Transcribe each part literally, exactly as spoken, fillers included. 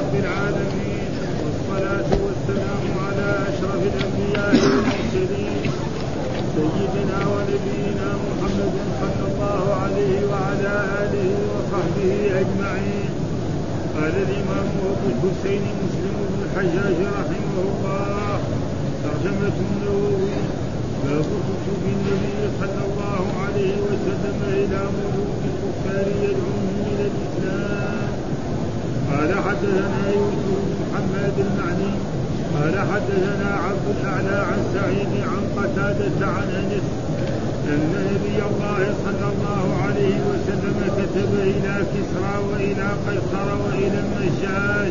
رب العالمين، والصلاة والسلام على أشرف الأنبياء والمرسلين سيدنا ونبينا محمد صلى الله عليه وعلى آله وصحبه أجمعين. قال الإمام أبو الحسين مسلم بن الحجاج رحمه الله: ترجمة النووي: باب كتب النبي صلى الله عليه وسلم إلى ملوك الكفار يدعوهم إلى الإسلام. قال حدثنا يوسف بن محمد المعني قال حدثنا عبد الأعلى عن سعيد عن قتادة عن أنس أن نبي الله صلى الله عليه وسلم كتب إلى كسرى وإلى قيصر وإلى النجاش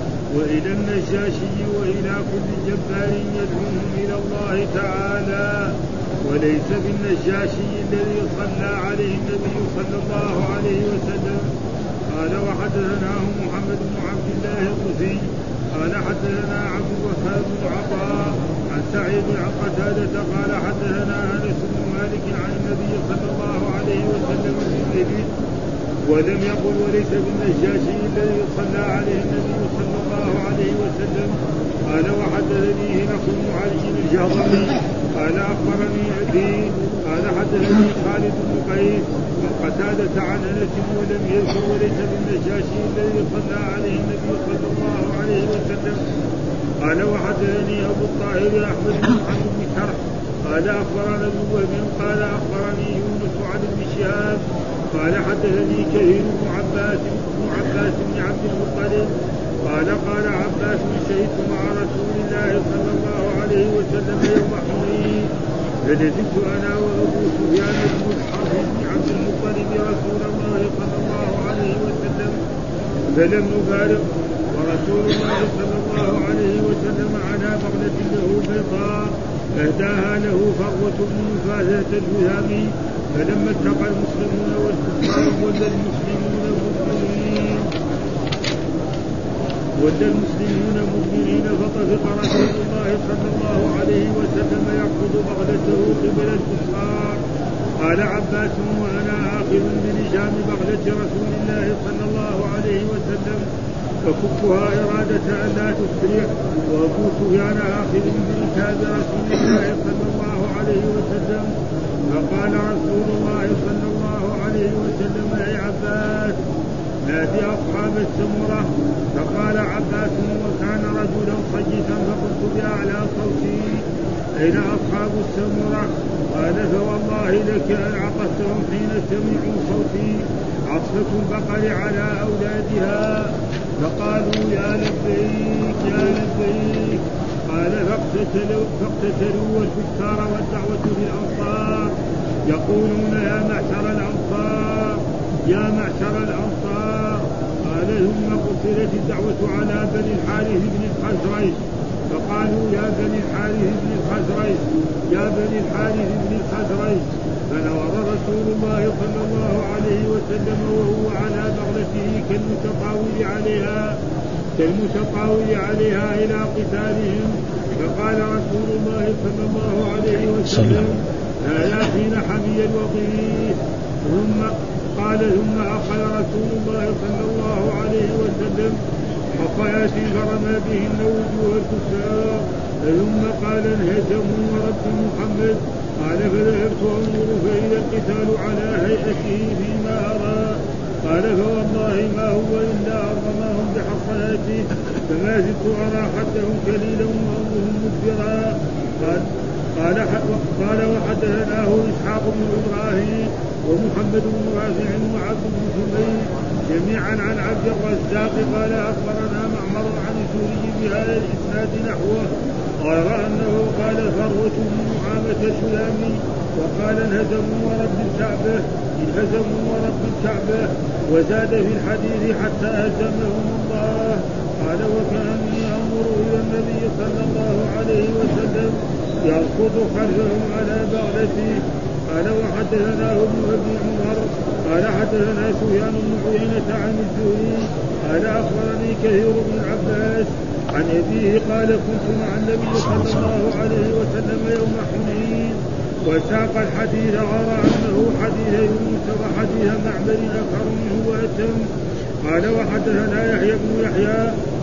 وإلى النجاشي وإلى كل جبار يدعوهم إلى الله تعالى، وليس بالنجاشي الذي صلى عليه النبي صلى الله عليه وسلم. قال وحدثناه محمد بن عبد الله القسي قال حدثنا عبد الوهاب بن عطاء عن سعيد عن قتادة قال حدثنا أنس بن مالك عن النبي صلى الله عليه وسلم في بيته، ولم يقل وليس بالنجاشي الذي صلى عليه النبي صلى الله عليه وسلم. قال وحدثني هنق بن علي الجهضمي قال أخبرني أبي قال حدثني خالد بن قيس قتادة عن أنس ولم يذكر وليس بالنجاشي الذي صلى عليه النبي صلى الله عليه وسلم. قال وحدثني أبو الطاهر أحمد بن محمد بن شرح قال أخبرنا ابن وهب قال أخبرني يونس عن ابن شهاب قال حدثني كثير بن عباس بن عباس بن عبد المطلب قال قال عباس: شهدت مع رسول الله صلى الله عليه وسلم يوم حنين، فلزمت أنا وأبو سفيان بن الحرب بن عبد المطلب رسول الله صلى الله عليه وسلم فلم نفارق، ورسول الله صلى الله عليه وسلم على بغلة له بيضاء أهداها له فروة بن فازة الجهامي. فلما التقى المسلمون والكفار ولى المسلمون مدبرين ولى المسلمون مدبرين فطفق رسول الله صلى الله عليه وسلم يأخذ بغلته قبل الكفار. قال عباس: وأنا آخذ بلجام بغلة رسول الله صلى الله عليه وسلم فكفها إرادة أن لا تسرع، وأبو سفيان آخذ بركاب رسول الله صلى الله عليه وسلم. فقال رسول الله صلى الله عليه وسلم: يا عباس نادي أصحاب السمرة. فقال عباس: وكان رجلا صيتا فقلت بأعلى صوتي: أين أصحاب السمرة؟ قال: فوالله لك أن عقدتهم حين سمعوا صوتي عصفة البقر على أولادها. فقالوا: يا لبيك يا لبيك. قال: فاقتتلوا, فاقتتلوا والكفار والدعوة للأنصار يقولون: يا معشر الأنصار يا معشر الأنصار. قال: ثم قتلت الدعوة على بني الحارث بن الخزرج، فقالوا: يا بني الحارث بن الخزرج يا بني الحارث بن الخزرج. فنظر رسول الله صلى الله عليه وسلم وهو على بغلته كالمتطاول عليها كالمتطاول عليها إلى قتالهم. فقال رسول الله صلى الله عليه وسلم: لا يأتين حمي الوطيس. ثم قال: ثم أخذ رسول الله صلى الله عليه وسلم حصيات فرمى بهن وجوه الكفار، ثم قال: انهزموا ورد محمد. قال: فذهبت أنظر فإذا القتال على هيئته فيما أرى. قال: فوالله ما هو إلا أرماهم بحصياته، فما زلت أرى حدهم كليلا وأمرهم مدبرا. قال قال قال وحدثناه إسحاق بن إبراهيم ومحمد بن رافع وعبد بن حميد جميعا عن عبد الرزاق قال أخبرنا معمر عن سوري بهذا الإسناد نحوه، غير أنه قال فروة بن نعامة السلامي وقال: انهزموا ورب الكعبة انهزموا ورب الكعبة. وزاد في الحديث: حتى هزمهم الله. قال: وكأني أنظر إلى النبي صلى الله عليه وسلم يركض خلفهم على بغلته. قال: وحدثناه ابن أبي عمر قال حدثنا سفيان بن عيينة عن الزهري قال أخبرني كثير بن العباس عن أبيه قال: كنت مع النبي صلى الله عليه وسلم يوم حنين. وساق الحديث غير أنه حديث يونس وحديث معبد أكثر منه وأتم. قال: وحدثنا يحيى بن يحيى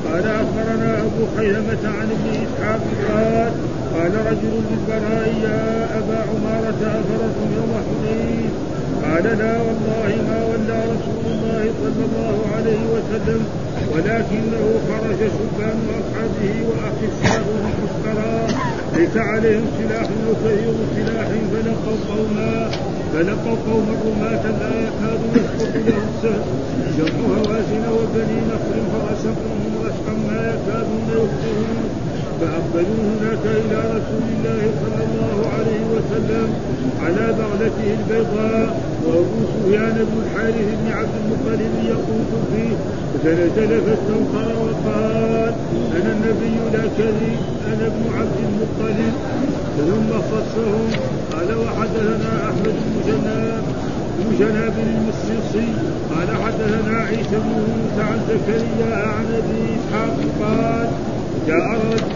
قال أخبرنا أبو خيثمة عن ابن إسحاق قال قال رجل للبراء يا أبا عمارة أفرتم يوم حنين؟ قال لا والله ما ولى رسول الله صلى الله عليه وسلم ولكنه خرج شبان أصحابه وأخفاؤهم مسكرا ليس عليهم سلاح وكثير سلاح فلقوا قوما فلقوا قوما رماة لا يكاد يسقط له السهم جمع هوازن وبني نصر فرسقهم رسقا ما يكادون يخطئون فأقبلوا هناك إلى رسول الله صلى الله عليه وسلم على بغلته البيضاء وأبو سفيان بن الحارث بن عبد المطلب يقود فيه فنزل فاستنصر وقال أنا النبي لا كذب أنا ابن عبد المطلب ثم خصهم قال وحدثنا أحمد بن جناب المصيصي قال حدثنا عيسى بن موسى عن زكريا عن أبي إسحاق قال جاء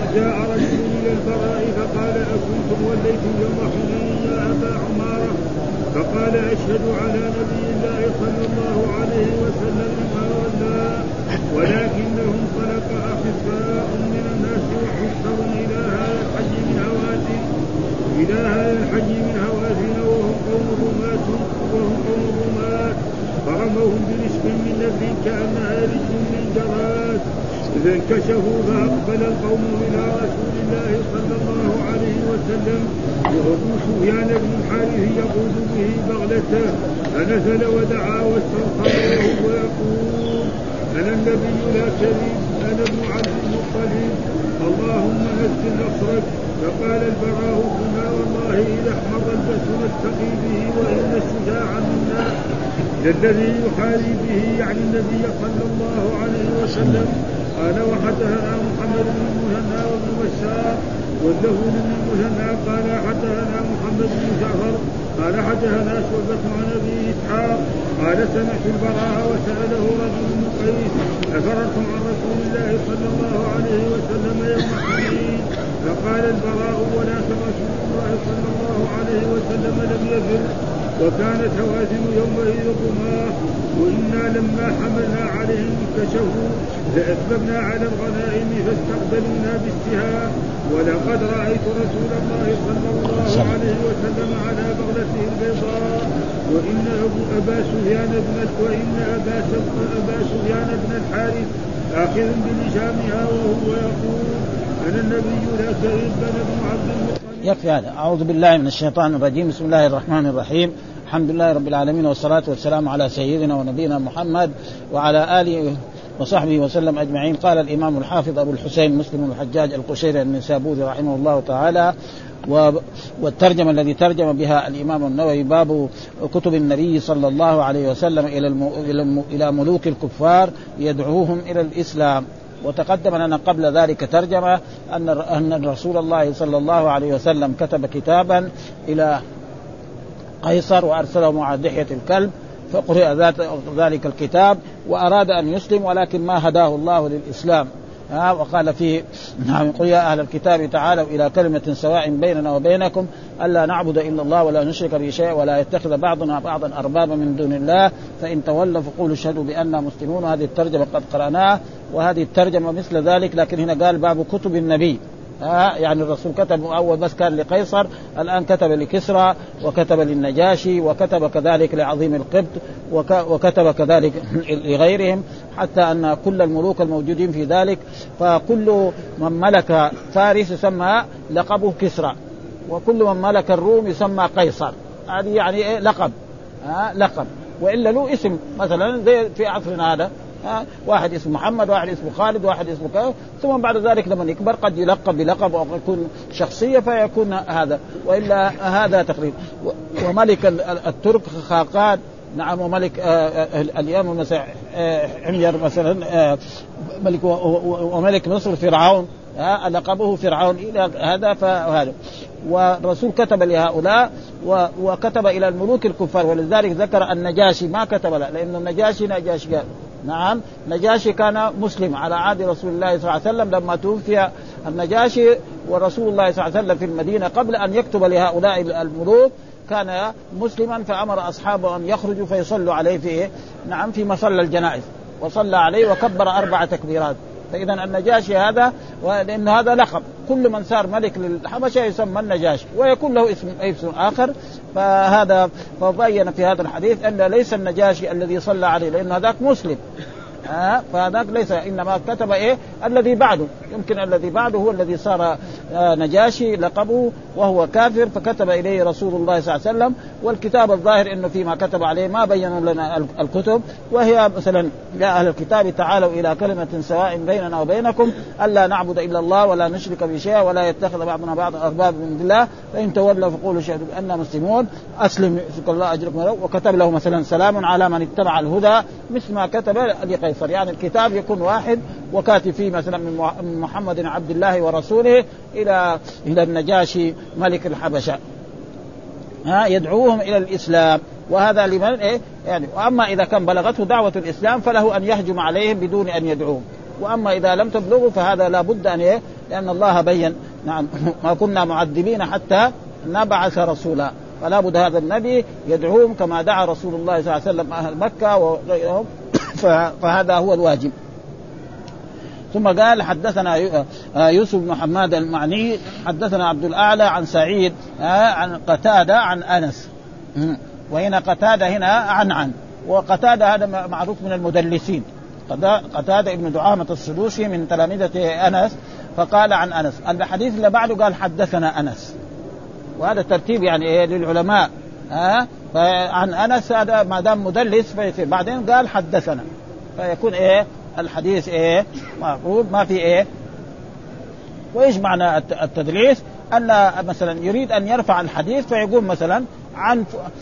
رجل إلى البراء فقال أكنتم وليتم يوم حنين يا أبا عمارة؟ فقال أشهد على نبي الله صلى الله عليه وسلم ما ولى ولكنهم طلق أخفاء من الناس وحشر إلى هذا الحج من هوازن إلى هذا الحج من هوازن وهم قوم رماة وهم قوم رماة فرموهم برزق من نبل كأنها رجل من جراد إذا انكشفوا فأقبل القوم إلى رسول الله صلى الله عليه وسلم وأبو سفيان بن الحارث يقود به بغلته فنزل ودعا واستنصره ويقول أنا النبي لا كذب أنا ابن عبد المطلب اللهم نزل نصرك. فقال البراء كنا والله إذا احمر البأس نتقي به وإن الشجاع منا الذي يحاري به يعني النبي صلى الله عليه وسلم. قال وحدثنا محمد بن المثنى وابن بشار واللفظ بن المثنى قال حدثنا محمد بن جعفر قال حدثنا شعبة عن أبي إسحاق قال سمعت البراء وسأله رجل من قيس أفررتم عن رسول الله صلى الله عليه وسلم يوم حنين؟ فقال البراء ولكن رسول الله صلى الله عليه وسلم لم يفر وكانت هوازن يومئذ رماه وإنا لما حملنا عليهم كشفوا فأسببنا على الغنائم فاستقبلونا بالسهام ولقد رأيت رسول الله صلى الله عليه وسلم على بغلته البيضاء وإن أبا سفيان بن وإن أبا أبا سفيان بن الحارث آخذ بلجامها وهو يقول أنا النبي لا كذب أنا ابن عبد المطلب. يكفي هذا. أعوذ بالله من الشيطان الرجيم. بسم الله الرحمن الرحيم. الحمد لله رب العالمين والصلاة والسلام على سيدنا ونبينا محمد وعلى آله وصحبه وسلم أجمعين. قال الإمام الحافظ أبو الحسين مسلم بن الحجاج القشيري النسابوري رحمه الله تعالى والترجمة الذي ترجم بها الإمام النووي باب كتب النبي صلى الله عليه وسلم إلى إلى ملوك الكفار يدعوهم إلى الإسلام. وتقدم لنا قبل ذلك ترجمة أن أن رسول الله صلى الله عليه وسلم كتب كتابا إلى قيصر وأرسله مع دحية الكلب فقرأ ذلك الكتاب وأراد أن يسلم ولكن ما هداه الله للإسلام. ها وقال فيه نعم قل يا أهل الكتاب تعالوا إلى كلمة سواء بيننا وبينكم ألا نعبد إلا الله ولا نشرك به شيئا ولا يتخذ بعضنا بعضا أربابا من دون الله فإن تولوا فقولوا اشهدوا بأننا مسلمون. هذه الترجمة قد قرأناها وهذه الترجمة مثل ذلك لكن هنا قال باب كتب النبي. آه يعني الرسول كتب أول بس كان لقيصر الآن كتب لكسرى وكتب للنجاشي وكتب كذلك لعظيم القبط وكتب كذلك لغيرهم حتى أن كل الملوك الموجودين في ذلك فكل من ملك فارس يسمى لقبه كسرى وكل من ملك الروم يسمى قيصر. هذه يعني إيه لقب آه لقب وإلا له اسم مثلا زي في عصرنا هذا آه واحد اسمه محمد واحد اسمه خالد واحد اسمه كذا ثم بعد ذلك لما يكبر قد يلقب بلقب أو يكون شخصية فيكون هذا وإلا هذا تقريبا. وملك الترك خاقان نعم وملك آه اليوم مثلا آه عمير مثلا آه ملك وملك مصر فرعون آه لقبه فرعون إلى هذا فهذا. والرسول كتب لهؤلاء وكتب إلى الملوك الكفار ولذلك ذكر النجاشي ما كتب له لأن النجاشي نجاشي نعم نجاشي كان مسلم على عهد رسول الله صلى الله عليه وسلم لما توفي النجاشي ورسول الله صلى الله عليه وسلم في المدينة قبل أن يكتب لهؤلاء الملوك كان مسلما فأمر أصحابه أن يخرجوا فيصلوا عليه في نعم في مصلى الجنائز وصلى عليه وكبر أربع تكبيرات فإذا النجاشي هذا، لأن هذا لقب، كل من صار ملك للحبشة يسمى النجاشي ويكون له اسم اسم آخر. فهذا فبين في هذا الحديث أن ليس النجاشي الذي صلى عليه، لأن هذاك مسلم، آه فهذاك ليس، إنما كتب إيه الذي بعده، يمكن الذي بعده هو الذي صار آه نجاشي لقبه وهو كافر، فكتب إليه رسول الله صلى الله عليه وسلم. والكتاب الظاهر إنه فيما كتب عليه ما بينوا لنا الكتب، وهي مثلا يا أهل الكتاب تعالوا إلى كلمة سواء بيننا وبينكم ألا نعبد إلا الله ولا نشرك بشيء ولا يتخذ بعضنا بعض أرباب من الله فإن تولوا فقولوا شهدوا بأننا مسلمون أسلم يؤتك الله أجركم. وكتب له مثلا سلام على من اتبع الهدى مثل ما كتب لقيصر، يعني الكتاب يكون واحد وكاتب فيه مثلا من محمد عبد الله ورسوله إلى إلى النجاشي ملك الحبشة، ها يدعوهم إلى الإسلام. وهذا لمن إيه يعني. وأما إذا كان بلغته دعوة الإسلام فله أن يهجم عليهم بدون أن يدعوهم، وأما إذا لم تبلغوا فهذا لا بد أن إيه، لأن الله بين نعم ما كنا معذبين حتى نبعث رسولا، فلا بد هذا النبي يدعوهم كما دعا رسول الله صلى الله عليه وسلم أهل مكة وغيرهم، فهذا هو الواجب. ثم قال حدثنا يوسف بن حماد المعني حدثنا عبد الأعلى عن سعيد عن قتادة عن أنس، وهنا قتادة هنا عن عن وقتادة هذا معروف من المدلسين، قتادة ابن دعامة السدوسي من تلامذة أنس، فقال عن أنس. الحديث اللي بعده قال حدثنا أنس، وهذا الترتيب يعني إيه للعلماء، ها فعن أنس هذا ما دام مدلس فيصير، بعدين قال حدثنا فيكون إيه الحديث إيه معروف ما في إيه. وإيش معنى التدليس؟ أن مثلا يريد أن يرفع الحديث فيقول مثلا عن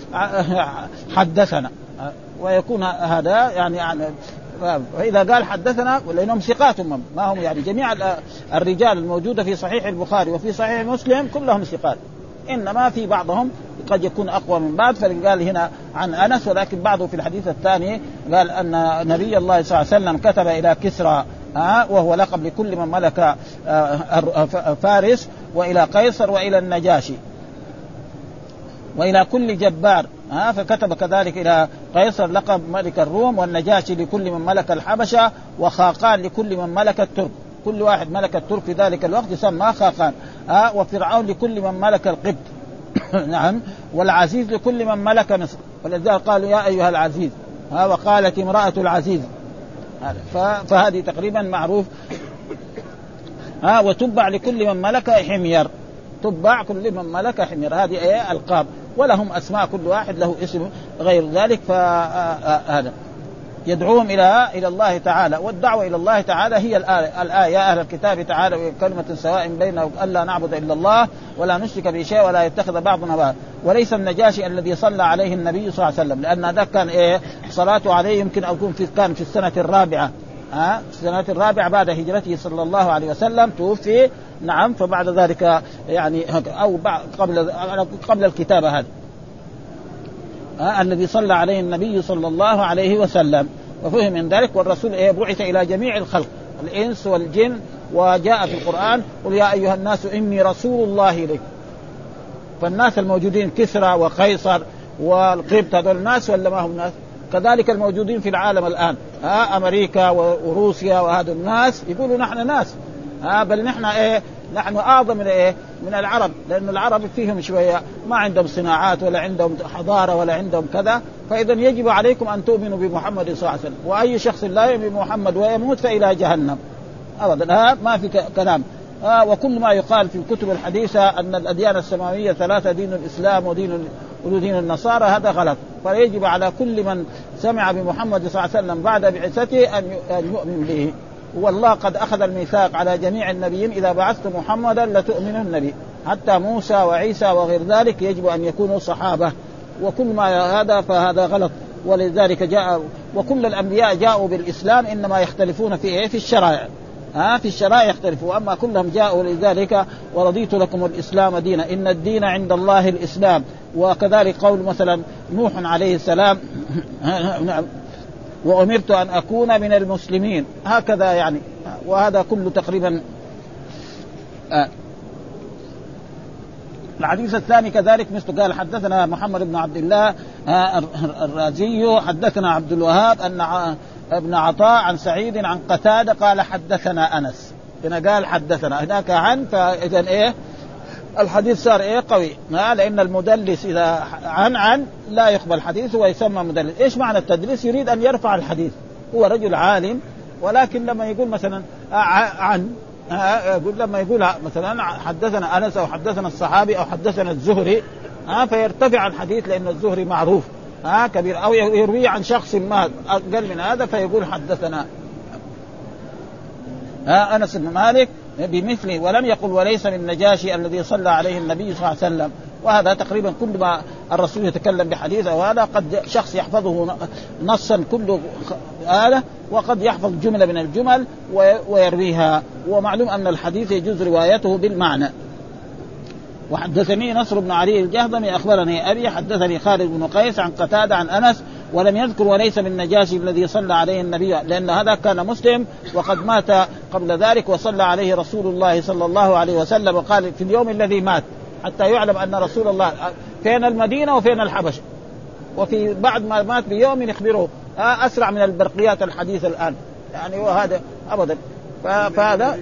حدثنا، ويكون هذا يعني فإذا قال حدثنا لأنهم ثقات ما هم يعني جميع الرجال الموجودة في صحيح البخاري وفي صحيح مسلم كلهم ثقات، إنما في بعضهم قد يكون أقوى من بعض، فقال هنا عن أنس. ولكن بعضه في الحديث الثاني قال أن نبي الله صلى الله عليه وسلم كتب إلى كسرى ها وهو لقب لكل من ملك فارس، وإلى قيصر وإلى النجاشي وإلى كل جبار، ها فكتب كذلك إلى قيصر لقب ملك الروم، والنجاشي لكل من ملك الحبشة، وخاقان لكل من ملك الترك، كل واحد ملك الترك في ذلك الوقت يسمى خاقان، ها وفرعون لكل من ملك القبط نعم، والعزيز لكل من ملك مصر، ولذلك قالوا يا أيها العزيز، ها وقالت امرأة العزيز، فهذه تقريبا معروف. ها وتبع لكل من ملك حمير، تبع كل من ملك حمير، هذه ايه القاب، ولهم اسماء كل واحد له اسم غير ذلك. فهذا يدعوهم الى الى الله تعالى، والدعوه الى الله تعالى هي الايه يا اهل الكتاب تعالوا كلمه سواء بيننا الا نعبد الا الله ولا نشرك به شيء ولا يتخذ بعضنا بعضا. وليس النجاشي الذي صلى عليه النبي صلى الله عليه وسلم، لان هذا كان ايه صلاته عليه يمكن أن يكون في كان في السنه الرابعه، ها السنه الرابعه بعد هجرته صلى الله عليه وسلم توفي، نعم، فبعد ذلك يعني او قبل قبل الكتابه هذه آه الذي صلى عليه النبي صلى الله عليه وسلم، وفهم من ذلك. والرسول إيه بعث إلى جميع الخلق الإنس والجن، وجاء في القرآن قل يا أيها الناس إني رسول الله إليكم. فالناس الموجودين كسرى وقيصر والقبط هذول الناس ولا ما هم ناس؟ كذلك الموجودين في العالم الآن آه أمريكا وروسيا وهذا الناس يقولوا نحن ناس، آه بل نحن إيه نحن أعظم من إيه من العرب، لأن العرب فيهم شوية ما عندهم صناعات ولا عندهم حضارة ولا عندهم كذا، فإذا يجب عليكم أن تؤمنوا بمحمد صلى الله عليه وسلم، وأي شخص لا يؤمن بمحمد ويموت فإلى جهنم أبدا. ها ما في كلام. آه وكل ما يقال في الكتب الحديثة أن الأديان السماوية ثلاثة، دين الإسلام ودين ودين النصارى، هذا غلط. فيجب على كل من سمع بمحمد صلى الله عليه وسلم بعد بعثته أن يؤمن به. والله قد أخذ الميثاق على جميع النبيين إذا بعثت محمدا لتؤمنن به، حتى موسى وعيسى وغير ذلك يجب أن يكونوا صحابة، وكل ما هذا فهذا غلط. ولذلك جاء وكل الأنبياء جاءوا بالإسلام، إنما يختلفون في إيه في الشرائع، ها في الشرائع يختلفوا، أما كلهم جاءوا لذلك ورضيت لكم الإسلام دينا إن الدين عند الله الإسلام. وكذلك قول مثلا نوح عليه السلام وأمرت أن أكون من المسلمين، هكذا يعني. وهذا كله تقريبا. آه. الحديث الثاني كذلك مثل قال حدثنا محمد بن عبد الله آه الرازي حدثنا عبد الوهاب أن ابن عطاء عن سعيد عن قتادة قال حدثنا أنس. هنا قال حدثنا، هناك عن، فإذا إيه الحديث صار إيه قوي، لأن المدلس إذا عن عن لا يقبل حديثه ويسمى مدلس. إيش معنى التدليس؟ يريد أن يرفع الحديث، هو رجل عالم ولكن لما يقول مثلا عن، يقول لما يقول مثلا حدثنا أنس أو حدثنا الصحابي أو حدثنا الزهري فيرتفع الحديث، لأن الزهري معروف ها كبير، أو يروي عن شخص ما أقل من هذا فيقول حدثنا ها أنس بن مالك بمثله، ولم يقل وليس من النجاشي الذي صلى عليه النبي صلى الله عليه وسلم. وهذا تقريبا كل ما الرسول يتكلم بحديث، وهذا قد شخص يحفظه نصا كله آلة، وقد يحفظ جملة من الجمل ويرويها. ومعلوم أن الحديث يجوز روايته بالمعنى. وحدثني نصر بن علي الجهضمي أخبرني أبي حدثني خالد بن قيس عن قتادة عن أنس، ولم يذكر وليس من النجاشي الذي صلى عليه النبي، لأن هذا كان مسلم وقد مات قبل ذلك وصلى عليه رسول الله صلى الله عليه وسلم، وقال في اليوم الذي مات، حتى يعلم أن رسول الله فين المدينة وفين الحبشة. وفي بعد ما مات بيوم يخبره أسرع من البرقيات الحديث الآن يعني، وهذا أبدا. فهذا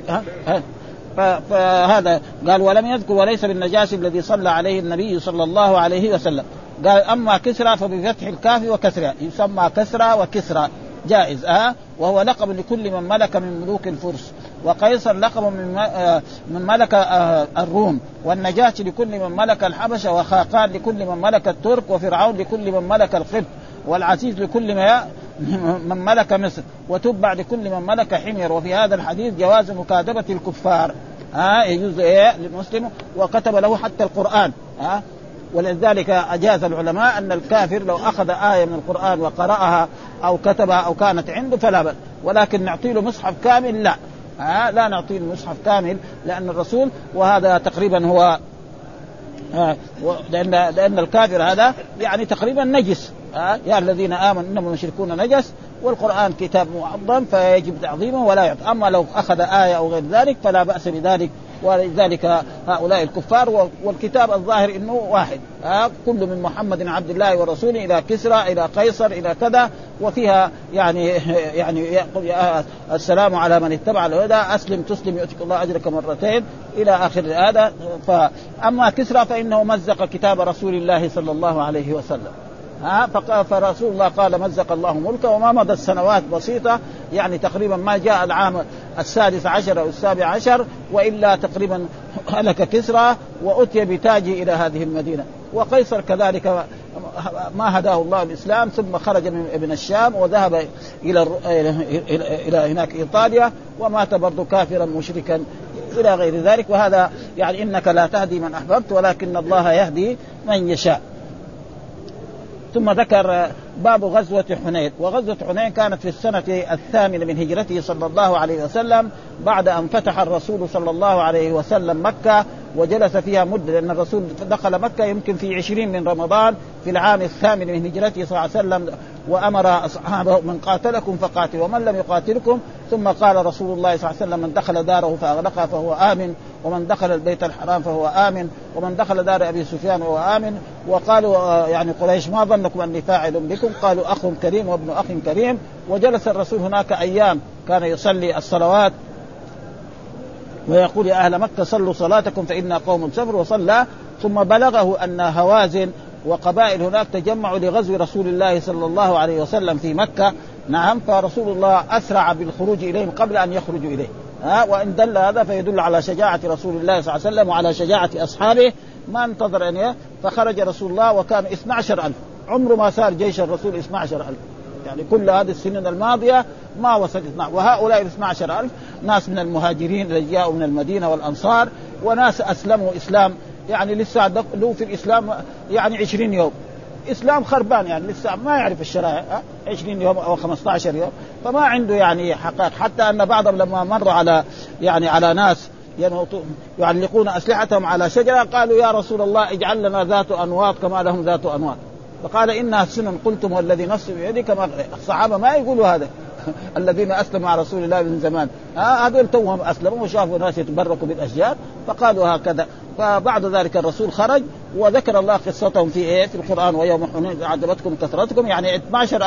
فهذا قال ولم يذكر وليس بالنجاشي الذي صلى عليه النبي صلى الله عليه وسلم. قال أما كسرى فبفتح الكاف وكسرها، يسمى كسرى وكسرى جائز أه وهو لقب لكل من ملك من ملوك الفرس، وقيصر لقب من من ملك الروم، والنجاشي لكل من ملك الحبشة، وخاقان لكل من ملك الترك، وفرعون لكل من ملك القبط، والعزيز لكل من ملك مصر، وتبع لكل من ملك حمير. وفي هذا الحديث جواز مكاتبة الكفار ها آه يجوز إيه للمسلم، وكتب له حتى القرآن ها آه ولذلك أجاز العلماء أن الكافر لو أخذ آية من القرآن وقرأها أو كتبها أو كانت عنده فلا بأس، ولكن نعطي له مصحف كامل لا آه لا نعطي له مصحف كامل، لأن الرسول وهذا تقريبا هو آه لأن لأن الكافر هذا يعني تقريبا نجس آه يا الذين آمنوا إنما المشركون نجس، والقرآن كتاب معظم فيجب تعظيمه ولا يعطى. أما لو أخذ آية أو غير ذلك فلا بأس بذلك. ولذلك هؤلاء الكفار، والكتاب الظاهر إنه واحد آه كل من محمد عبد الله ورسوله إلى كسرى إلى قيصر إلى كذا، وفيها يعني يعني يقول السلام على من اتبع الهدى، أسلم تسلم يؤتك الله أجرك مرتين إلى آخر هذا. فأما كسرى فإنه مزق كتاب رسول الله صلى الله عليه وسلم ها فرسول الله قال مزق الله ملكه، وما مضى السنوات بسيطة يعني تقريبا ما جاء العام السادس عشر أو السابع عشر وإلا تقريبا هلك كسرى وأتي بتاجه إلى هذه المدينة. وقيصر كذلك ما هداه الله الإسلام، ثم خرج من الشام وذهب إلى إلى هناك إيطاليا ومات برضو كافرا مشركا إلى غير ذلك. وهذا يعني إنك لا تهدي من أحببت ولكن الله يهدي من يشاء. ثم ذكر باب غزوة حنين. وغزوة حنين كانت في السنة الثامنة من هجرته صلى الله عليه وسلم، بعد أن فتح الرسول صلى الله عليه وسلم مكة وجلس فيها مدة، لأن الرسول دخل مكة يمكن في عشرين من رمضان في العام الثامن من هجرته صلى الله عليه وسلم، وأمر أصحابه من قاتلكم فقاتل ومن لم يقاتلكم. ثم قال رسول الله صلى الله عليه وسلم من دخل داره فأغلقها فهو آمن، ومن دخل البيت الحرام فهو آمن، ومن دخل دار أبي سفيان فهو آمن. وقالوا يعني قريش ما ظنكم أني فاعل بكم؟ قالوا أخ كريم وابن أخ كريم. وجلس الرسول هناك أيام كان يصلي الصلوات ويقول يا أهل مكة صلوا صلاتكم فإنا قوم سفر، وصلى. ثم بلغه أن هوازن وقبائل هناك تجمعوا لغزو رسول الله صلى الله عليه وسلم في مكة. نعم، فرسول الله أسرع بالخروج إليهم قبل أن يخرجوا إليه ها وإن دل هذا فيدل على شجاعة رسول الله صلى الله عليه وسلم وعلى شجاعة أصحابه، ما انتظر أن فخرج رسول الله وكان اثني عشر ألف. عمره ما صار جيش الرسول اثني عشر ألف، يعني كل هذه السنين الماضية ما وصل اثني عشر. وهؤلاء اثني عشر ألف ناس من المهاجرين الذين جاءوا من المدينة والأنصار، وناس أسلموا إسلام يعني لسه له في الإسلام يعني عشرين يوم إسلام خربان، يعني لسه ما يعرف الشرائع عشرين يوم أو خمسة عشر يوم، فما عنده يعني حقائق. حتى أن بعضهم لما مروا على يعني على ناس يعلقون أسلحتهم على شجرة قالوا يا رسول الله اجعل لنا ذات أنواط كما لهم ذات أنواط، فقال إنها سنن قلتم والذي نفسي بيدك. ما الصحابة ما يقولوا هذا الذين أسلموا مع رسول الله من زمان هذول توهم أسلموا وشافوا الناس يتبركوا بالأشجار فقالوا هكذا. فبعد ذلك الرسول خرج وذكر الله قصتهم في إيه في القرآن، ويوم حنين أعجبتكم كثرتكم يعني اثني عشر ألف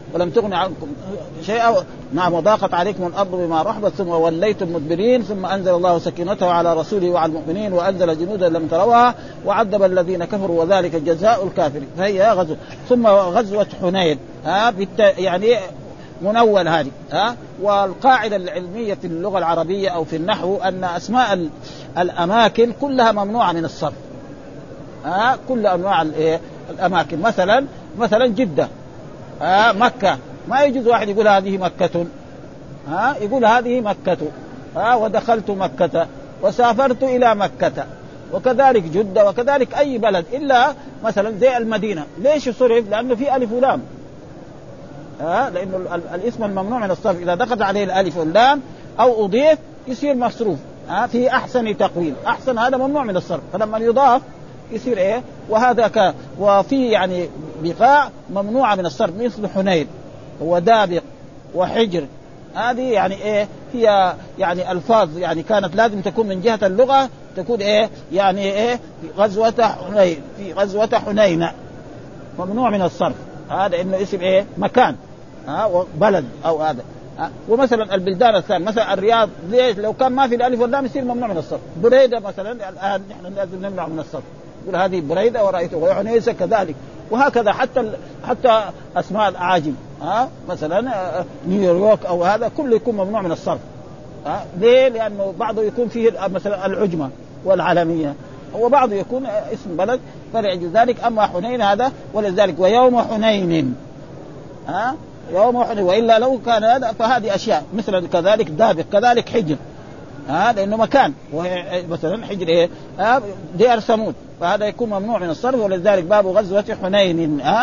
ولم تغن عنكم شيئا نعم وضاقت عليكم الأرض بما رحبت ثم وليتم مدبرين ثم أنزل الله سكينته على رسوله وعلى المؤمنين وأنزل جنودا لم تروها وعذب الذين كفروا وذلك جزاء الكافرين. فهي غزوة. ثم غزوة حنين ها يعني منول هذه ها. والقاعدة العلمية في اللغة العربية أو في النحو أن أسماء الأماكن كلها ممنوعة من الصرف ها. كل أنواع الأماكن مثلا مثلا جدة ها مكة ما يجوز واحد يقول هذه مكة ها يقول هذه مكة ها. ودخلت مكة وسافرت إلى مكة وكذلك جدة وكذلك أي بلد إلا مثلا زي المدينة. ليش صرف؟ لأنه في ألف ولام ها. لأنه الاسم الممنوع من الصرف إذا دخل عليه الألف واللام أو أضيف يصير مصروف ها في أحسن تقويم. أحسن هذا ممنوع من الصرف فلما يضاف يصير إيه. وهذا ك وفي يعني بقاع ممنوعة من الصرف مثل حنين ودابق وحجر. هذه يعني إيه هي يعني ألفاظ يعني كانت لازم تكون من جهة اللغة تكون إيه يعني إيه في غزوة حنين في غزوة حنين ممنوع من الصرف. هذا إنه اسم إيه مكان ها وبلد أو هذا ها. ومثلا البلدان الثانية مثلا الرياض ليش لو كان ما في الألف واللام يصير ممنوع من الصرف. بريدة مثلا الآن نحن لازم نمنع من الصرف يقول هذه بريدة ورأيته وعنيسة كذلك وهكذا. حتى حتى أسماء الأعاجم ها مثلا نيويورك أو هذا كله يكون ممنوع من الصرف ها. ليه؟ لأنه بعضه يكون فيه مثلا العجمة والعالمية وبعضه يكون اسم بلد فلذلك. أما حنين هذا ولذلك ويوم حنين ها يوم حنين. وإلا لو كان هذا فهذه أشياء مثلا كذلك دابق كذلك حجر ها لأنه مكان مثلا حجر إيه ها ديار ثمود فهذا يكون ممنوع من الصرف. ولذلك باب غزوة حنين ها.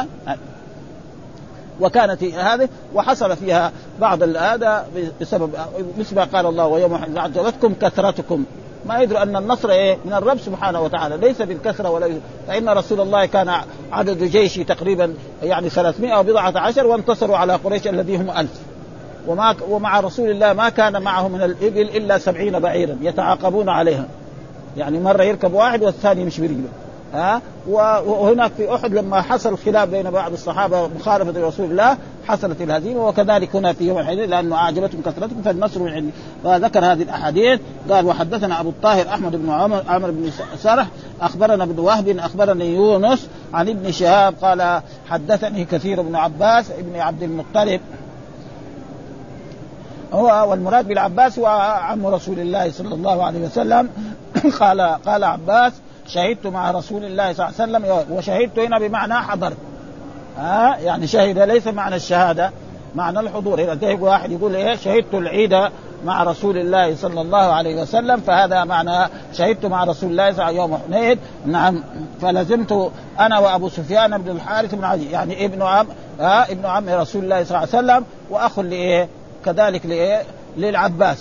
وكانت هذه وحصل فيها بعض هذا بسبب مثل ما قال الله ويوم حنين أعجبتكم كثرتكم. ما يدري أن النصر إيه من الرب سبحانه وتعالى ليس بالكثرة ولا فإن رسول الله كان عدد جيشه تقريبا يعني ثلاثمائة وبضعة عشر وانتصروا على قريش الذي هم ألف. وما ومع رسول الله ما كان معه من الإبل إلا سبعين بعيرا يتعاقبون عليها يعني مرة يركب واحد والثاني يمشي برجله ها. وهناك في أحد لما حصل خلاف بين بعض الصحابة مخالفة رسول الله حصلت الهزيمة. وكذلك هنا في يوم الحنين لأنه أعجبتهم كثرتكم فالنصر من عندي. وذكر هذه الأحاديث قال وحدثنا أبو الطاهر أحمد بن عمر عمر بن سرح أخبرنا ابن وهب أخبرنا يونس عن ابن شهاب قال حدثني كثير بن عباس ابن عبد المطلب هو والمراد بالعباس هو عم رسول الله صلى الله عليه وسلم. قال قال عباس شهدت مع رسول الله صلى الله عليه وسلم. وشهدت هنا بمعنى حضر ها يعني شهد ليس معنى الشهادة معنى الحضور. إذا واحد يقول إيه شهدت العيد مع رسول الله صلى الله عليه وسلم فهذا معنى شهدت مع رسول الله صلى الله عليه وسلم يوم حنين نعم. فلزمت أنا وأبو سفيان بن الحارث بن عدي يعني ابن عم ها ابن عم رسول الله صلى الله عليه وسلم وأخ لإيه كذلك لإيه للعباس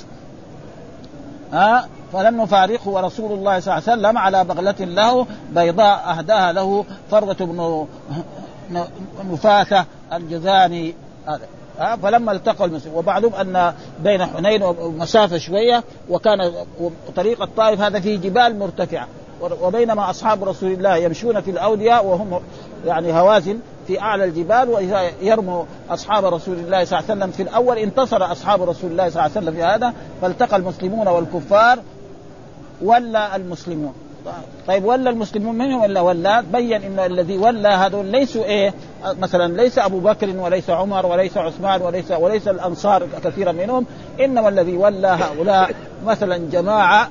ها. فلم نفارقه ورسول الله صلى الله عليه وسلم على بغلة له بيضاء أهداها له فروة بن نفاثة الجذاني ها. فلما التقى المسلم وبعضهم أن بين حنين ومسافة شوية وكان طريق الطائف هذا فيه جبال مرتفعة وبينما أصحاب رسول الله يمشون في الأودية وهم يعني هوازن في أعلى الجبال. وإذا يرموا أصحاب رسول الله صلى الله عليه وسلم في الأول انتصر أصحاب رسول الله صلى الله عليه وسلم في هذا فالتقى المسلمون والكفار ولا المسلمون. طيب ولا المسلمون منهم ولا ولا بين إنه الذي ولا هذول ليسوا إيه مثلا ليس أبو بكر وليس عمر وليس عثمان وليس وليس الأنصار كثيرا منهم إنما الذي ولا هؤلاء مثلا جماعة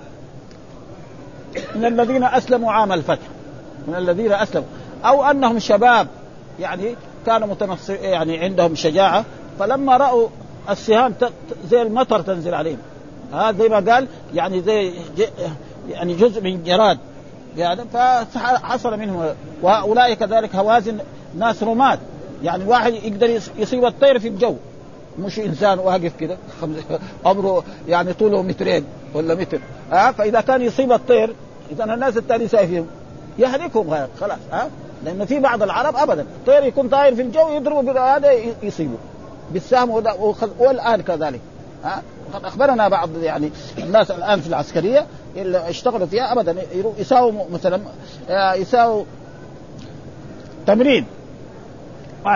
من الذين أسلموا عام الفتح من الذين أسلموا أو أنهم شباب يعني كانوا متنصر يعني عندهم شجاعة فلما رأوا السهام زي المطر تنزل عليهم هذا زي ما قال يعني زي يعني جزء من جراد يعني فحصل منهم. وهؤلاء كذلك هوازن ناس رماد يعني الواحد يقدر يصيب الطير في الجو مش إنسان واقف كده عمره يعني طوله مترين ولا متر ها. فإذا كان يصيب الطير إذا الناس التاني سايفهم يهلكهم خلاص ها. لأن في بعض العرب أبدا الطير يكون طاير في الجو يضربه بهذا يصيبه بالسهم والآن كذلك ها. وقد أخبرنا بعض يعني الناس الآن في العسكرية اللي اشتغلوا فيها أبدا يساووا مثلا يساووا تمرين واحد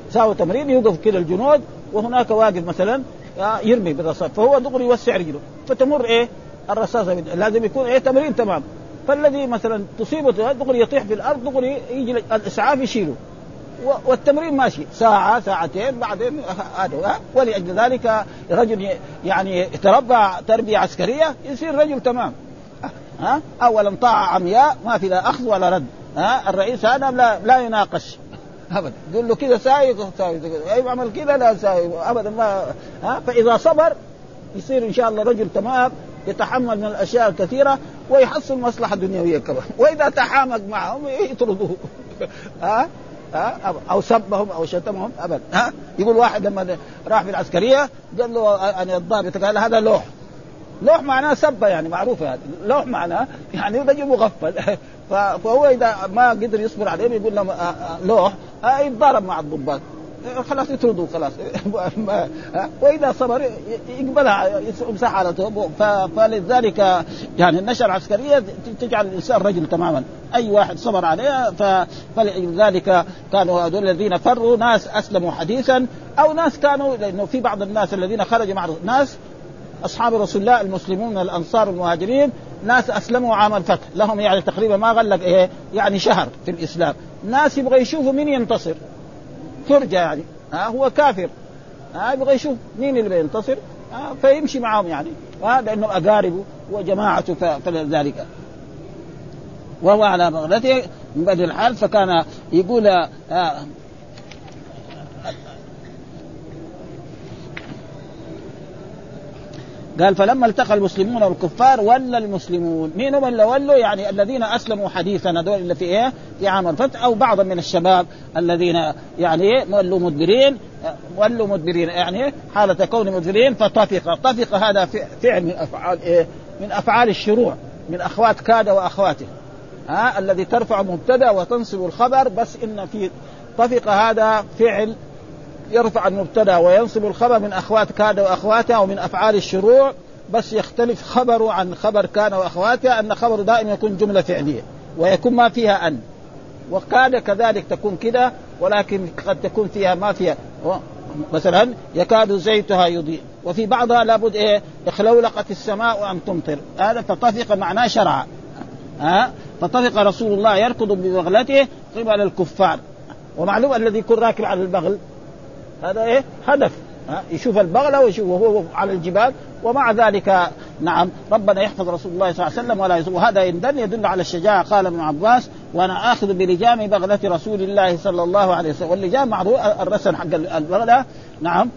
ساووا تمرين يوقف كده الجنود، وهناك واقف مثلا يرمي بالرصاص، فهو دغري يوسع رجله فتمر ايه الرصاصه. لازم يكون ايه تمرين تمام. فالذي مثلا تصيبه دغري يطيح في الارض، دغري يجي الاسعاف يشيله، والتمرين ماشي ساعه ساعتين بعدين هذا. ولأجل ذلك رجل يعني يتربى تربيه عسكريه يصير رجل تمام. ها اولا طاعه عمياء ما في لا اخذ ولا رد. ها الرئيس هذا لا لا يناقش ابدا، يقول له كذا ساي ساي اي عمل كذا لا ساي ابدا ما. ها فاذا صبر يصير ان شاء الله رجل تمام يتحمل من الاشياء الكثيره ويحصل مصلحه دنيويه كمان. واذا تحامق معهم يطردوه ها او سبهم او شتمهم ابدا. ها يقول واحد لما راح في العسكريه قال له انا الضابط قال هذا لوح. لوح معناه سبه يعني معروفه، هذا لوح معناه يعني رجل مغفل. فهو اذا ما قدر يصبر عليه يقول له لوح يتضارب مع الضباط خلاص يطردوا خلاص. واذا صبر يقبلها يمسح على ثوبه. فلذلك يعني النشأة العسكريه تجعل الانسان رجل تماما. اي واحد صبر عليها. فلذلك كانوا هذول الذين فروا ناس اسلموا حديثا، او ناس كانوا لانه في بعض الناس الذين خرجوا مع ناس اصحاب رسول الله المسلمون الانصار المهاجرين، ناس اسلموا عام الفتح لهم يعني تقريبا ما غلق ايه يعني شهر في الاسلام. ناس يبغى يشوفوا مين ينتصر فرجة يعني ها هو كافر ها يبغى يشوف مين اللي بينتصر فيمشي معهم يعني ها لأنه أقاربه وجماعته. فلذلك وهو على بغلته من بدء الحال. فكان يقول آه قال فلما التقى المسلمون والكفار ولى المسلمون. مين هم اللي ولوا؟ يعني الذين أسلموا حديثا هذول اللي في إيه في عام الفتح، أو بعضا من الشباب الذين يعني ولوا مدبرين. ولوا مدبرين يعني حالة كون مدبرين. فطفق طفق هذا فعل من أفعال إيه من أفعال الشروع من أخوات كاد وأخواته ها الذي ترفع مبتدأ وتنصب الخبر. بس إن في طفق هذا فعل يرفع المبتدا وينصب الخبر من أخوات كاد وأخواتها ومن أفعال الشروع. بس يختلف خبره عن خبر كان وأخواتها أن خبره دائما يكون جملة فعلية ويكون ما فيها أن. وكاد كذلك تكون كده ولكن قد تكون فيها ما فيها. مثلا يكاد زيتها يضيء، وفي بعضها لابد إيه اخلولقت السماء أن تمطر. هذا فطفق معناه شرع. ها فطفق رسول الله يركض ببغلته قبل الكفار. ومعلوم الذي يكون راكب على البغل هذا ايه هدف ها يشوف البغلة ويشوف وهو على الجبال. ومع ذلك نعم ربنا يحفظ رسول الله صلى الله عليه وسلم ولا يزول. وهذا يدل يدل على الشجاعة. قال ابن عباس وانا اخذ بلجام بغلة رسول الله صلى الله عليه وسلم. واللجام معروف الرسن حق البغلة نعم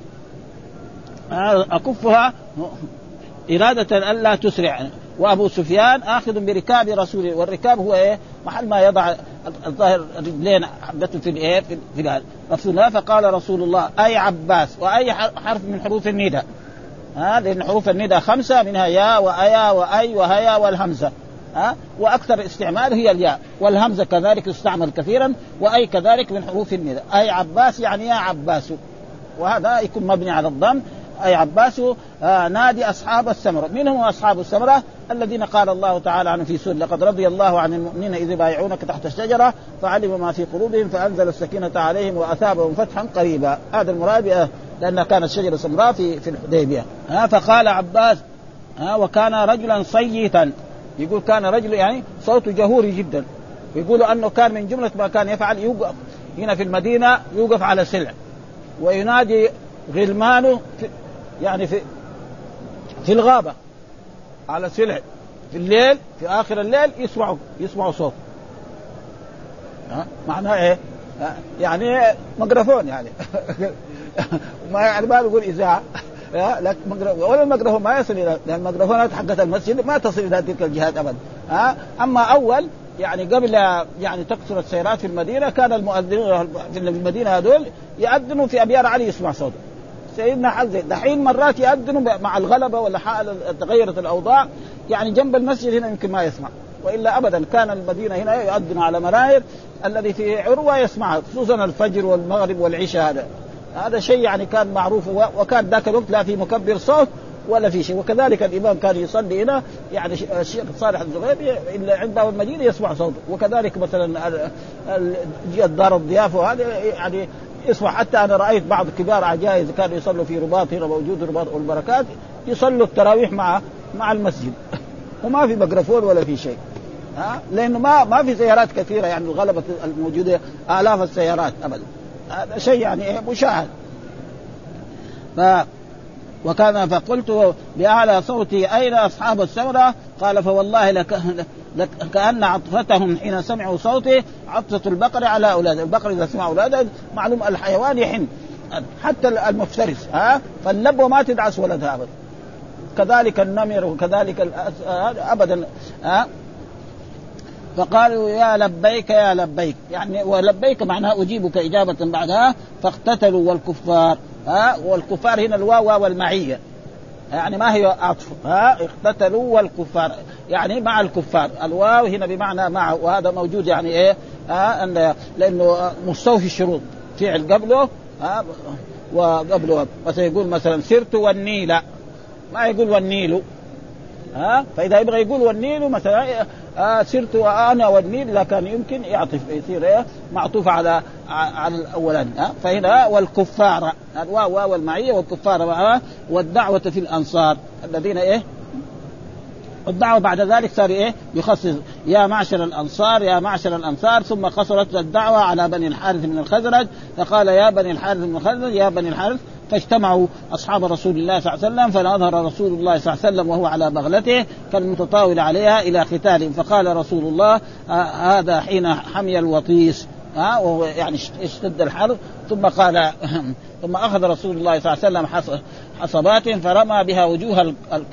اكفها إرادة ألا تسرع. وأبو سفيان آخذ بركاب رسوله. والركاب هو إيه محل ما يضع الظاهر رجلين حبته في الإيه في الهال رسول الله. فقال رسول الله أي عباس. وأي حرف من حروف النداء ها لأن حروف النداء خمسة منها يا وأيا وأي وهيا والهمزة ها وأكثر استعمال هي الياء والهمزة كذلك تستعمل كثيرا. وأي كذلك من حروف النداء. أي عباس يعني يا عباس، وهذا يكون مبني على الضم. أي عباس آه نادي أصحاب السمرة. من هم أصحاب السمرة؟ الذين قال الله تعالى عنهم في سورة لقد رضي الله عن المؤمنين إذ يبايعونك تحت الشجرة فعلم ما في قلوبهم فأنزل السكينة عليهم وأثابهم فتحا قريبا. هذا المراد لأنها كانت شجرة سمراء في في الحديبية. ها فقال عباس ها وكان رجلا صيتا. يقول كان رجل يعني صوته جهوري جدا. يقولوا أنه كان من جملة ما كان يفعل يوقف هنا في المدينة يوقف على سلع وينادي غلمانه في يعني في في الغابة على سلع في الليل في آخر الليل يسمعوا يسمعوا صوت. ها معناه إيه يعني ميكروفون يعني ما يعني ما بيقول إذاعة لا ميكروفون ولا الميكروفون ما يصل إلى الميكروفونات حقت المسجد ما تصل إلى تلك الجهات أبدا. ها أما أول يعني قبل يعني تكثر السيارات في المدينة كان المؤذنون في المدينة هذول يأذنوا في أبيار علي يسمع صوته. سيدنا حزي دحين مرات يأذنوا مع الغلبة ولا حال تغيرت الأوضاع يعني جنب المسجد هنا يمكن ما يسمع. وإلا أبدا كان المدينة هنا يؤذن على مناير الذي في عروة يسمعها خصوصا الفجر والمغرب والعشاء. هذا هذا شيء يعني كان معروف. وكان ذاك الوقت لا في مكبر صوت ولا في شيء. وكذلك الإمام كان يصلي هنا يعني الشيخ صالح الزغيري إلا عند باب المدينة يسمع صوته. وكذلك مثلا الدار الضيافة وهذا يعني يصبح. حتى أنا رأيت بعض كبار عجائز كانوا يصلوا في رباط، هنا موجود رباط والبركات، يصلوا التراويح مع مع المسجد وما في ميكروفون ولا في شيء، ها، لأنه ما ما في سيارات كثيرة يعني الغلبة الموجودة آلاف السيارات أبدا، هذا شيء يعني مشاهد. ف وكان فقلت بأعلى صوتي أين أصحاب الثمرة؟ قال فوالله لك لك كأن عطفتهم حين سمعوا صوتي عطفة البقر على أولاده. البقر إذا سمع أولاده معلوم الحيوان يحن، حتى المفترس، ها، فالنبوة ما تدعس ولدها أبدا، كذلك النمر وكذلك أبدا، ها. فقالوا يا لبيك يا لبيك، يعني ولبيك معناها أجيبك إجابة بعدها. فاقتتلوا والكفار، ها، والكفار هنا الواو والمعية، يعني ما هي عطف، ها، اقتتلوا والكفار يعني مع الكفار، الواو هنا بمعنى مع، وهذا موجود يعني ايه، ها، أن لأنه مستوفي الشروط، فعل قبله، ها، وقبله مثلا يقول مثلا سرت والنيل، ما يقول والنيل، ها، فإذا يبغى يقول والنيل مثلا آه سرت وأنا والنيل، إذا كان يمكن يعطف يصير إيه معطوف على على الأولاني، ها. فهنا والكفار الواو والمعية والكفار معها، والدعوة في الأنصار الذين إيه، الدعوة بعد ذلك صار إيه يخصص يا معشر الأنصار يا معشر الأنصار، ثم قصرت الدعوة على بني الحارث من الخزرج، فقال يا بني الحارث من الخزرج يا بني الحارث، فاجتمعوا أصحاب رسول الله صلى الله عليه وسلم، فنظر رسول الله صلى الله عليه وسلم وهو على بغلته كالمتطاول عليها إلى قتال، فقال رسول الله آه هذا حين حمي الوطيس، ها، وهو يعني اشتد الحر، ثم قال ثم أخذ رسول الله صلى الله عليه وسلم حصبات فرمى بها وجوه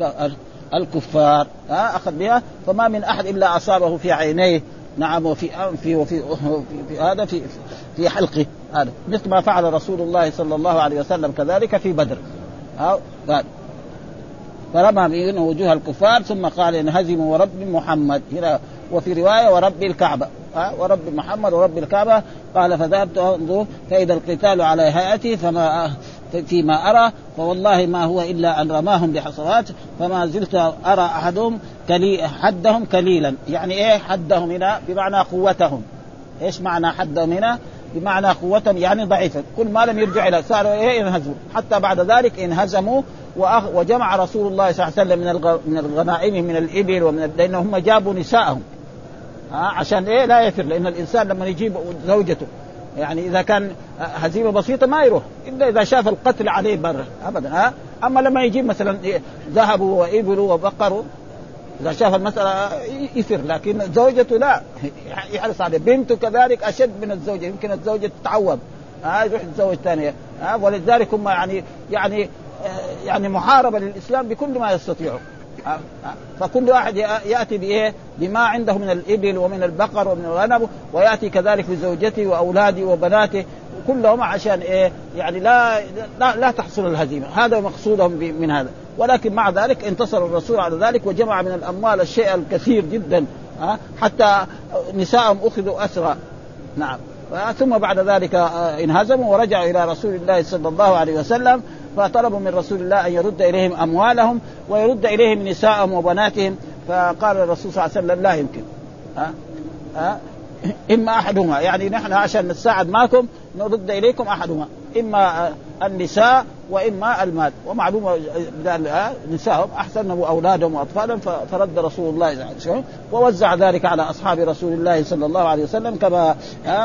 الكفار، ها، أخذ بها، فما من أحد إلا أصابه في عينيه، نعم، وفي أنفه وفي في هذا في في حلقه، هذا مثل ما فعل رسول الله صلى الله عليه وسلم كذلك في بدر، ها، فرمى بها وجوه الكفار، ثم قال انهزموا ورب محمد، هنا وفي رواية ورب الكعبة، ها، ورب محمد ورب الكعبة. قال فذهبت أنظر فإذا القتال على هيئتي فما فيما أرى، فوالله ما هو إلا أن رماهم بحصوات، فما زلت أرى أحدهم كلي حدهم كليلا، يعني إيه حدهم هنا بمعنى قوتهم، إيش معنى حدهم هنا بمعنى قوتهم يعني ضعيفة، كل ما لم يرجع إلى صاروا إيه ينهزموا، حتى بعد ذلك انهزموا، وجمع رسول الله صلى الله عليه وسلم من من الغنائم من الإبل ومن، لأنهم جابوا نساءهم، عشان إيه لا يفر، لأن الإنسان لما يجيب زوجته يعني إذا كان هزيمة بسيطة ما يروح إلا إذا شاف القتل عليه برا أبدا، ها. أما لما يجيب مثلا ذهبوا وإبلوا وبقروا، إذا شاف المسألة يفر، لكن زوجته لا يحرص عليه، بنته كذلك أشد من الزوجة، يمكن الزوجة تتعوض، ها، يروح يتزوج ثانية، ها. ولذلك هم يعني يعني يعني محاربة للإسلام بكل ما يستطيعوا، فكل واحد يأتي بإيه بما عنده من الإبل ومن البقر ومن الغنم، ويأتي كذلك بزوجته وأولاده وبناته كلهم، عشان إيه يعني لا لا, لا تحصل الهزيمة، هذا مقصودهم من هذا. ولكن مع ذلك انتصر الرسول على ذلك، وجمع من الأموال الشيء الكثير جدا، حتى نساءهم أخذوا أسرى، نعم. ثم بعد ذلك انهزموا ورجعوا إلى رسول الله صلى الله عليه وسلم، فطلبوا من رسول الله أن يرد إليهم أموالهم ويرد إليهم نساءهم وبناتهم، فقال الرسول صلى الله عليه وسلم لا يمكن، ها ها إما أحدهما، يعني نحن عشان نساعد معكم نرد إليكم أحدهما، إما النساء وإما المال، ومعلومة نساءهم أحسن وأولادهم وأطفالهم، فرد رسول الله صلى الله عليه وسلم ووزع ذلك على أصحاب رسول الله صلى الله عليه وسلم، كما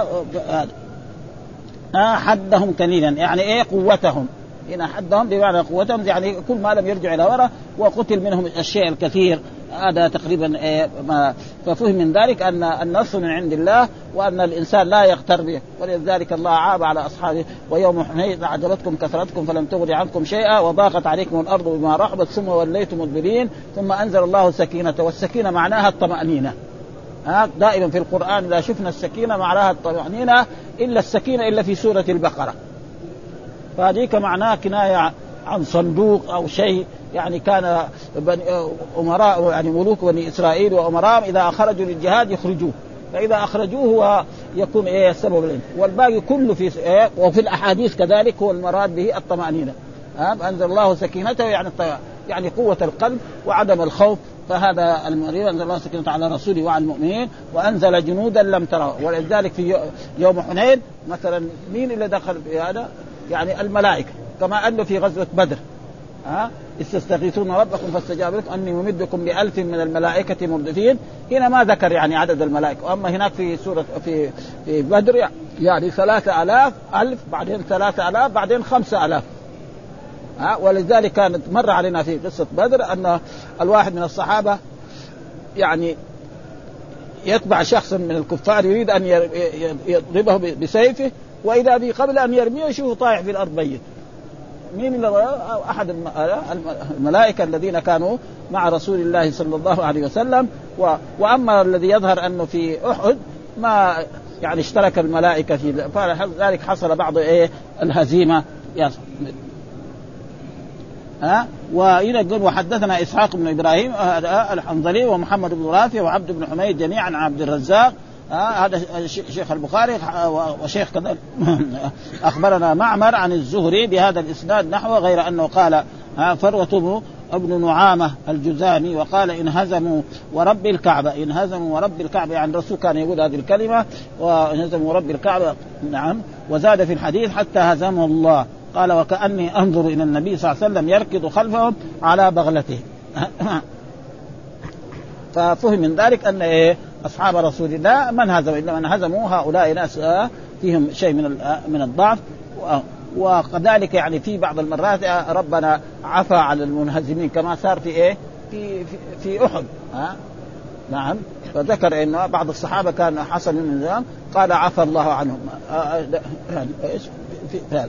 حدهم كليلا، يعني إيه قوتهم، هنا حدهم بمعنى قوتهم، يعني كل ما لم يرجع إلى وراء، وقتل منهم الشيء الكثير، هذا تقريبا إيه ما. ففهم من ذلك أن النصر من عند الله، وأن الإنسان لا يغتر به، ولذلك الله عاب على أصحابه ويوم حنين أعجبتكم كثرتكم فلم تغن عنكم شيئا وضاقت عليكم الأرض بما رحبت ثم وليتم مدبرين ثم أنزل الله سكينته، والسكينة معناها الطمأنينة، ها دائما في القرآن إذا شفنا السكينة معناها الطمأنينة، إلا السكينة إلا في سورة البقرة، فهذيك معناها كناية عن صندوق أو شيء، يعني كان أمراء يعني ملوك بني إسرائيل وأمراء إذا خرجوا للجهاد يخرجوه، فإذا أخرجوه هو يكون إيه السبب لهم، والباقي كله في إيه. وفي الأحاديث كذلك هو المراد به الطمأنينة، أنزل الله سكينته يعني يعني قوة القلب وعدم الخوف، فهذا المريض أنزل الله سكينة على رسوله وعلى المؤمنين وأنزل جنودا لم تروا. ولذلك في يوم حنين مثلا مين اللي دخل في هذا؟ يعني الملائكة، كما أنه في غزوة بدر ها استستغيثون ربكم فاستجاب لكم أني ممدكم بألف من الملائكة مردفين. هنا ما ذكر يعني عدد الملائكة، وأما هناك في سورة في في بدر يعني ثلاثة آلاف ألف، بعدين ثلاثة آلاف، بعدين خمسة آلاف. ها ولذلك كانت مر علينا في قصة بدر أن الواحد من الصحابة يعني يتبع شخصا من الكفار يريد أن يضربه بسيفه، وإذا به قبل أن يرميه يشوفه طايح في الأرض ميت. مين أحد الملائكة الذين كانوا مع رسول الله صلى الله عليه وسلم. وأما الذي يظهر أنه في أحد ما يعني اشترك الملائكة في ذلك، حصل بعض إيه الهزيمة. ها ويقول وحدثنا إسحاق بن إبراهيم الحنظلي ومحمد بن رافع وعبد بن حميد جميعا عن عبد الرزاق. هذا شيخ البخاري وشيخ كذا أخبرنا معمر عن الزهري بهذا الإسناد نحو، غير أنه قال فروة ابن نعامة الجزامي وقال إن هزموا ورب الكعبة، إن هزموا ورب الكعبة، يعني الرسول كان يقول هذه الكلمة وإن هزموا ورب الكعبة. نعم. وزاد في الحديث حتى هزمه الله، قال وكأني أنظر إلى النبي صلى الله عليه وسلم يركض خلفهم على بغلته. ففهم من ذلك أن إيه أصحاب رسول الله من هزموا، إلا من هزموا هؤلاء ناس فيهم شيء من من الضعف. وكذلك يعني في بعض المرات ربنا عفى على المنهزمين كما صار في إيه في في, في أحد. ها نعم. فذكر إنه بعض الصحابة كان حصل من النظام قال عفى الله عنهم. يعني إيش في هذا.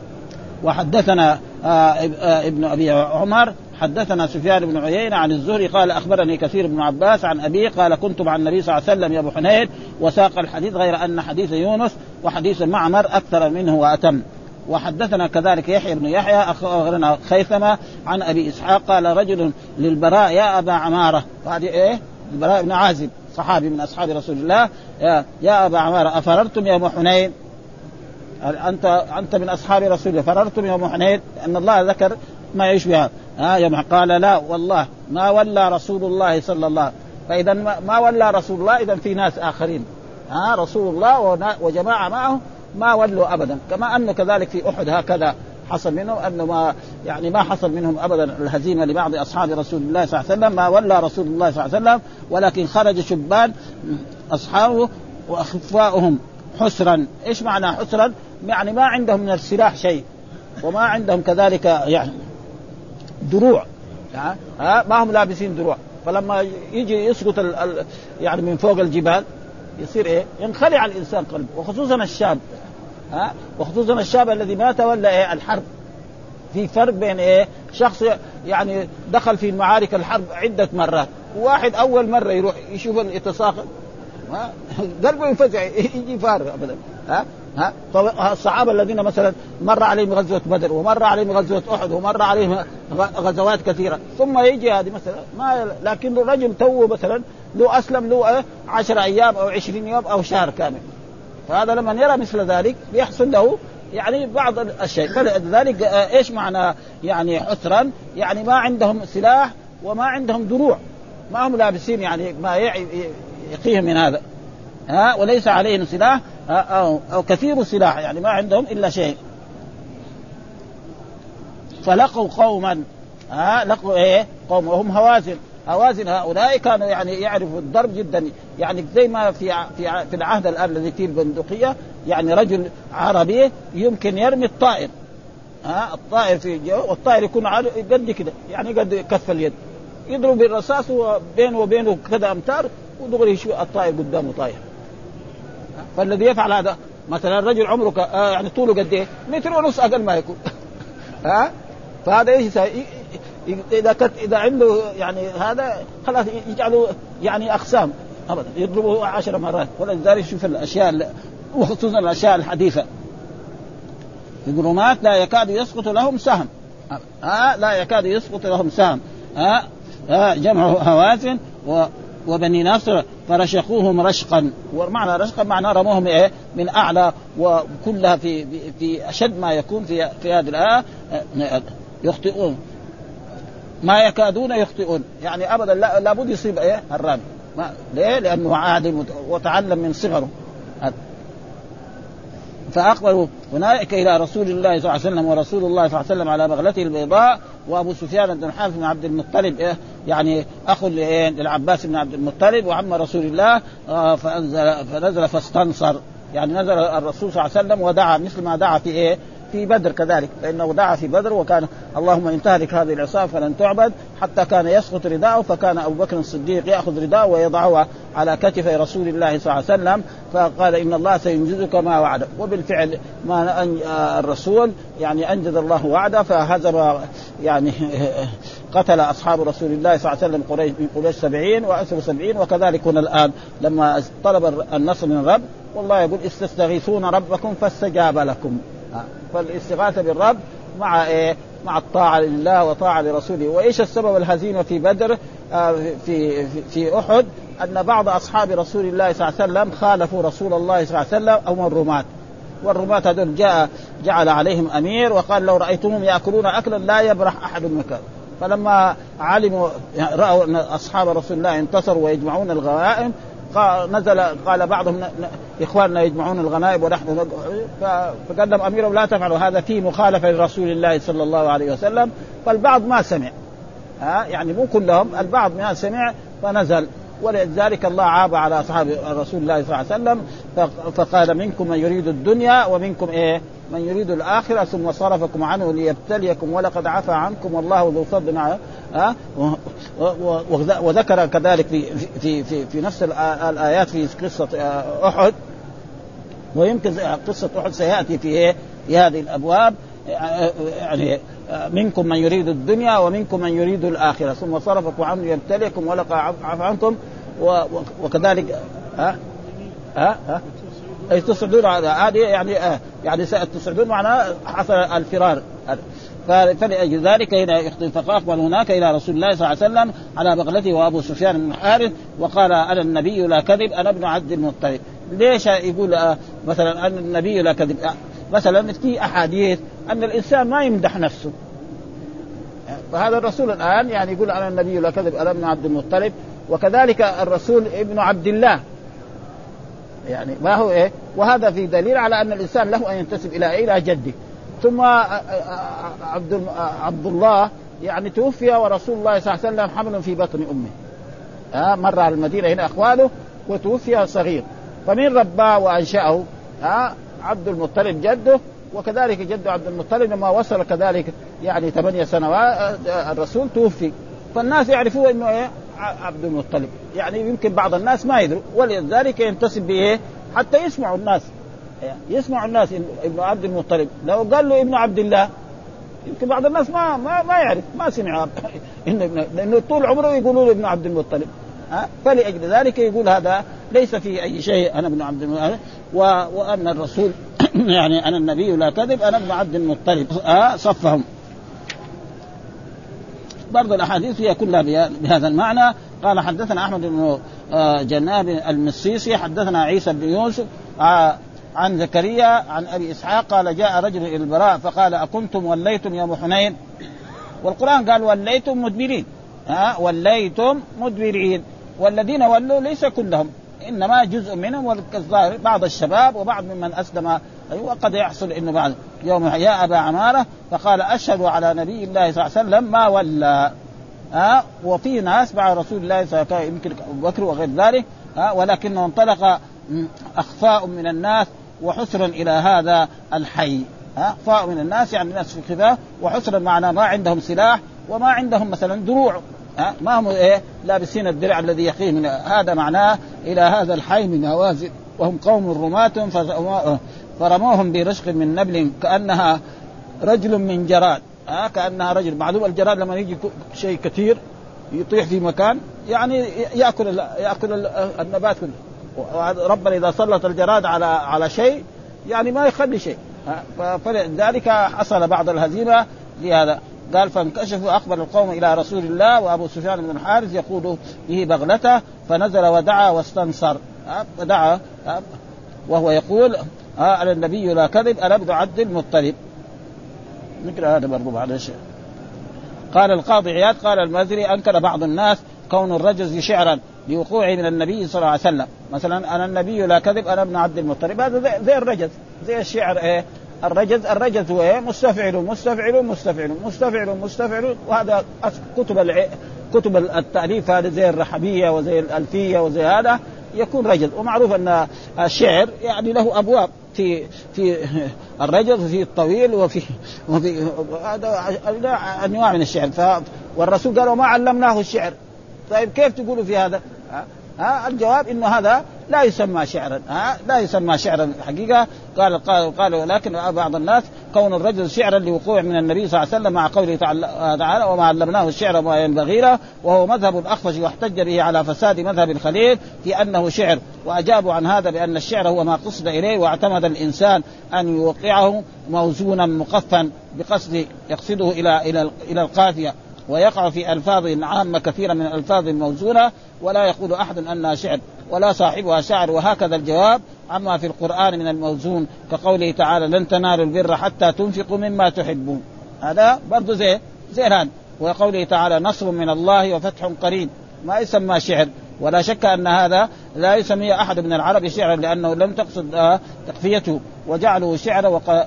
وحدثنا ابن أبي عمر حدثنا سفيان بن عيينة عن الزهري قال أخبرني كثير بن عباس عن أبي قال كنت مع النبي صلى الله عليه وسلم يا أبو حنين، وساق الحديث غير أن حديث يونس وحديث معمر أكثر منه وأتم. وحدثنا كذلك يحيى بن يحيى أخبرنا خيثمة عن أبي إسحاق قال رجل للبراء يا أبا عمارة، هذه إيه البراء بن عازب صحابي من أصحاب رسول الله، يا, يا أبا عمارة أفررتم يا أبو حنين؟ أنت أنت من أصحاب رسول الله فررتم يوم حنين؟ أن الله ذكر ما يشبه. ها يوم قال لا والله ما ولى رسول الله صلى الله عليه وسلم. فإذا ما ولى رسول الله إذا في ناس آخرين، ها رسول الله وجماعة معه ما ولوا أبدا. كما أنه كذلك في أحد هكذا حصل منهم أنه ما يعني ما حصل منهم أبدا الهزيمة لبعض أصحاب رسول الله صلى الله عليه وسلم، ما ولى رسول الله صلى الله عليه وسلم، ولكن خرج شبان أصحابه وأخفاؤهم حسرا. إيش معنى حسرا؟ يعني ما عندهم من السلاح شيء، وما عندهم كذلك يعني دروع، ها ما هم لابسين دروع. فلما يجي يسقط ال ال يعني من فوق الجبال يصير ايه ينخلع الانسان قلبه، وخصوصا الشاب، ها وخصوصا الشاب الذي ما تولى ايه الحرب. في فرق بين ايه شخص يعني دخل في معارك الحرب عدة مرات، وواحد اول مرة يروح يشوف يتساقط قلبه ينفزع يجي فارغ ابدا. ها ها فالصحابة الذين مثلا مر عليهم غزوة بدر ومر عليهم غزوة أحد ومر عليهم غزوات كثيرة، ثم يجي هذه مثلا ما، لكن الرجل توه مثلا له أسلم له عشر أيام أو عشرين يوم أو شهر كامل، فهذا لما يرى مثل ذلك بيحصل له يعني بعض الشيء. فلذلك إيش معنى يعني حسرا؟ يعني ما عندهم سلاح وما عندهم دروع، ما هم لابسين يعني ما يقيهم من هذا، ها وليس عليهم سلاح أو, أو كثير سلاح، يعني ما عندهم إلا شيء. فلقوا قوما، ها لقوا إيه قوم وهم هوازن. هوازن هؤلاء كانوا يعني يعرفوا الضرب جدا، يعني زي ما في في في العهد الآن الذي فيه البندقية، يعني رجل عربي يمكن يرمي الطائر، ها الطائر في الجو والطائر يكون قد كده يعني قد كف اليد، يضرب بالرصاص وبينه وبينه كذا أمتار ودغري شو الطائر قدامه طاير. فالذي يفعل هذا مثلا رجل عمره آه يعني طوله قد ايه متر ونص اقل ما يكون، ها فهذا ايش اذا كت اذا عنده يعني هذا خلاص يجعله يعني اقسام ابدا يضربه عشر مرات. ولذلك شوف الاشياء وخصوصا الاشياء الحديثه، الجرمات لا يكاد يسقط لهم سهم، ها لا يكاد يسقط لهم سهم، ها ها جمع هوازن و وبني نصر فرشقوهم رشقا. ومعنى رشقا معنى رموهم ايه من اعلى، وكلها في في اشد ما يكون في في هذه الآية يخطئون. ما يكادون يخطئون، يعني أبدا لا لابد يصيب إيه الرامي. ليه؟ لأنه عادل وتعلم من صغره. فأقبلوا هناك إلى رسول الله صلى الله عليه وسلم، ورسول الله صلى الله عليه وسلم على بغلته البيضاء، وأبو سفيان بن الحارث بن عبد المطلب إيه يعني أخو للعباس بن عبد المطلب وعم رسول الله، فنزل, فنزل فاستنصر، يعني نزل الرسول صلى الله عليه وسلم ودعا مثل ما دعا في إيه في بدر كذلك، فإنه دعا في بدر وكان اللهم إن تهلك هذه العصابة فلن تعبد، حتى كان يسقط رداءه، فكان أبو بكر الصديق يأخذ رداءه ويضعه على كتف رسول الله صلى الله عليه وسلم، فقال إن الله سينجزك ما وعده. وبالفعل ما الرسول يعني أنجز الله وعده، فهزم يعني قتل أصحاب رسول الله صلى الله عليه وسلم قريش من قريش سبعين وأسر سبعين. وكذلك هنا الآن لما طلب النصر من الرب، والله يقول استستغيثون ربكم فاستجاب لكم. فالاستغاثة بالرب مع إيه؟ مع الطاعة لله وطاعة لرسوله. وإيش السبب الهزيمة في بدر آه في في, في أحد؟ أن بعض أصحاب رسول الله صلى الله عليه وسلم خالفوا رسول الله صلى الله عليه وسلم أو الرماة، والرماة هذول جاء جعل عليهم أمير وقال لو رأيتمهم يأكلون أكلا لا يبرح أحد مكان. فلما علموا رأوا أن أصحاب رسول الله انتصروا ويجمعون الغنائم، نزل قال بعضهم إخواننا يجمعون الغنائم ونحن، فقدم أميرهم لا تفعلوا هذا فيه مخالفة لرسول الله صلى الله عليه وسلم. فالبعض ما سمع، ها يعني مو كلهم، البعض ما سمع فنزل. ولذلك الله عاب على أصحاب رسول الله صلى الله عليه وسلم، فقال منكم من يريد الدنيا ومنكم إيه من يريد الآخرة ثم صرفكم عنه ليبتليكم ولقد عفا عنكم والله ذو فضل عنه. ها وذكر كذلك في في في, في نفس الآيات في قصة أحد، ويمكن قصة أحد سيأتي في إيه في هذه الأبواب، يعني منكم من يريد الدنيا ومنكم من يريد الآخرة ثم صرفكم عنه ليبتليكم ولقد عفا عنكم. وكذلك ها ها ها أي تصعدون هذه يعني آه يعني تصعدون معناه حصل الفرار. فلأجل ذلك هنا يخطئ، فأقبل هناك إلى رسول الله صلى الله عليه وسلم على بغلته وأبو سفيان بن الحارث، وقال أنا النبي لا كذب أنا ابن عبد المطلب. ليش يقول آه مثلا أن النبي لا كذب؟ آه مثلا في أحاديث أن الإنسان ما يمدح نفسه، فهذا الرسول الآن يعني يقول أنا النبي لا كذب أنا ابن عبد المطلب. وكذلك الرسول ابن عبد الله، يعني ما هو إيه، وهذا في دليل على أن الإنسان له أن ينتسب إلى إلى جده. ثم عبد عبد الله يعني توفي ورسول الله صلى الله عليه وسلم حمل في بطن أمه، ها مر على المدينة هنا أخواله وتوفي صغير، فمن رباه وأنشأه؟ ها عبد المطلب جده. وكذلك جد عبد المطلب لما وصل كذلك يعني ثمانية سنوات الرسول توفي، فالناس يعرفوا إنه إيه عبد المطلب، يعني يمكن بعض الناس ما يدروا، ولذلك ينتسب به حتى يسمعوا الناس يسمعوا الناس ابن عبد المطلب. لو قال له ابن عبد الله يمكن بعض الناس ما ما, ما يعرف ما سمع إنه ابن، لأنه طول عمره يقولوا له ابن عبد المطلب. ها فلأجل ذلك يقول هذا ليس في أي شيء أنا ابن عبد المطلب، وأن الرسول يعني أنا النبي لا كذب أنا ابن عبد المطلب. ها صفهم برضو الأحاديث هي كلها بهذا المعنى. قال حدثنا أحمد بن جناب المصيصي حدثنا عيسى بن يوسف عن زكريا عن أبي إسحاق قال جاء رجل إلى البراء فقال أكنتم وليتم يوم حنين؟ والقرآن قال وليتم مدبرين، ها وليتم مدبرين، والذين ولوا ليس كلهم، إنما جزء منهم والكثير بعض الشباب وبعض ممن أسلم، وقد يحصل إنه بعد يوم يا أبا عمارة فقال أشهد على نبي الله صلى الله عليه وسلم ما ولا. ها وفي ناس مع رسول الله صلى الله عليه وسلم يمكن أبو بكر وغير ذلك، ها ولكنه انطلق أخفاء من الناس وحسرا إلى هذا الحي. ها أخفاء من الناس يعني الناس في خفاء، وحسرا معنا ما عندهم سلاح وما عندهم مثلا دروع، ها ما هم إيه لابسين الدرع الذي يقيه من هذا معناه إلى هذا الحي من هوازن، وهم قوم رماة فرموهم برشق من نبل كأنها رجل من جراد. ها كأنها رجل، معلوم الجراد لما يجي شيء كثير يطيح في مكان يعني يأكل يأكل النبات كله. ربنا إذا سلط الجراد على على شيء يعني ما يخلي شيء، فلذلك حصل بعض الهزيمة لهذا. قال فانكشفوا أخبر القوم إلى رسول الله وأبو سفيان بن الحارث يقول به بغلته، فنزل ودعا واستنصر، ودعا وهو يقول على النبي لا كذب أنا ابن عبد المطلب. نقرأ هذا برضو بعد شيء. قال القاضي عياض قال المازري أنكر بعض الناس كون الرجز شعرا لوقوعه من النبي صلى الله عليه وسلم. مثلا أنا النبي لا كذب أنا ابن عبد المطلب، هذا زي, زي الرجز، زي الشعر إيه الرجز. الرجز هو إيه مستفعل مستفعل مستفعل مستفعل مستفعل. وهذا كتب الع... كتب التأليف هذا زي الرحبية وزي الألفية وزي هذا يكون رجز. ومعروف أن الشعر يعني له أبواب، في في الرجز وفي الطويل وفي وفي هذا أنواع من الشعر. ف... والرسول قال وما علمناه الشعر. طيب كيف تقولوا في هذا؟ ها الجواب إنه هذا لا يسمى شعرا، ها لا يسمى شعرا حقيقة. قال قال قال ولكن بعض الناس كون الرجل شعرا لوقوع من النبي صلى الله عليه وسلم مع قوله تعالى وما علمناه الشعر ما ينبغي له، وهو مذهب الأخفش واحتج به على فساد مذهب الخليل في أنه شعر. وأجابوا عن هذا بأن الشعر هو ما قصد إليه، واعتمد الإنسان أن يوقعه موزونا مقفا بقصد يقصده إلى إلى إلى القافية، ويقع في ألفاظ عامة كثيرة من الألفاظ الموزونة، ولا يقول أحد أنها شعر ولا صاحبها شعر. وهكذا الجواب عما في القرآن من الموزون كقوله تعالى لن تنالوا البر حتى تنفقوا مما تحبون، هذا برضو زي زي هذا. وقوله تعالى نصر من الله وفتح قريب، ما يسمى شعر. ولا شك أن هذا لا يسمي أحد من العرب شعرا لأنه لم تقصد تقفيته وجعله شعرا. وق...